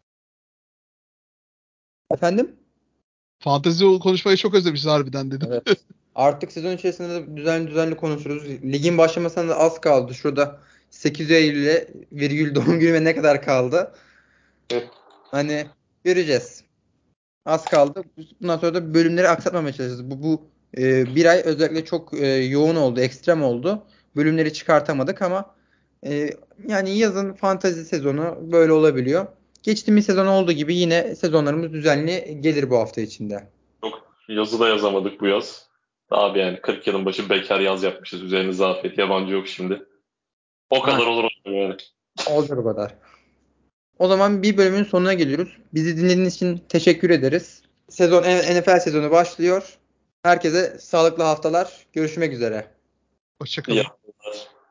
Efendim? Fantezi konuşmayı çok özlemişiz harbiden dedim. Evet. Artık sezon içerisinde de düzenli düzenli konuşuruz. Ligin başlamasına da az kaldı. Şurada 8 Eylül'e virgül doğum günüme ne kadar kaldı? Evet. Hani göreceğiz. Az kaldı. Bundan sonra da bölümleri aksatmamaya çalışacağız. Bu bir ay özellikle çok yoğun oldu, ekstrem oldu. Bölümleri çıkartamadık ama e, yani yazın fantezi sezonu böyle olabiliyor. Geçtiğimiz sezon olduğu gibi yine sezonlarımız düzenli gelir bu hafta içinde. Yok yazı da yazamadık bu yaz. Abi yani 40 yılın başı bekar yaz yapmışız. Üzerine zafiyet yabancı yok şimdi. O Ha, kadar olur yani. olacak o kadar. O zaman bir bölümün sonuna geliyoruz. Bizi dinlediğiniz için teşekkür ederiz. NFL sezonu başlıyor. Herkese sağlıklı haftalar. Görüşmek üzere. İyi Hoşçakalın. yaptılar.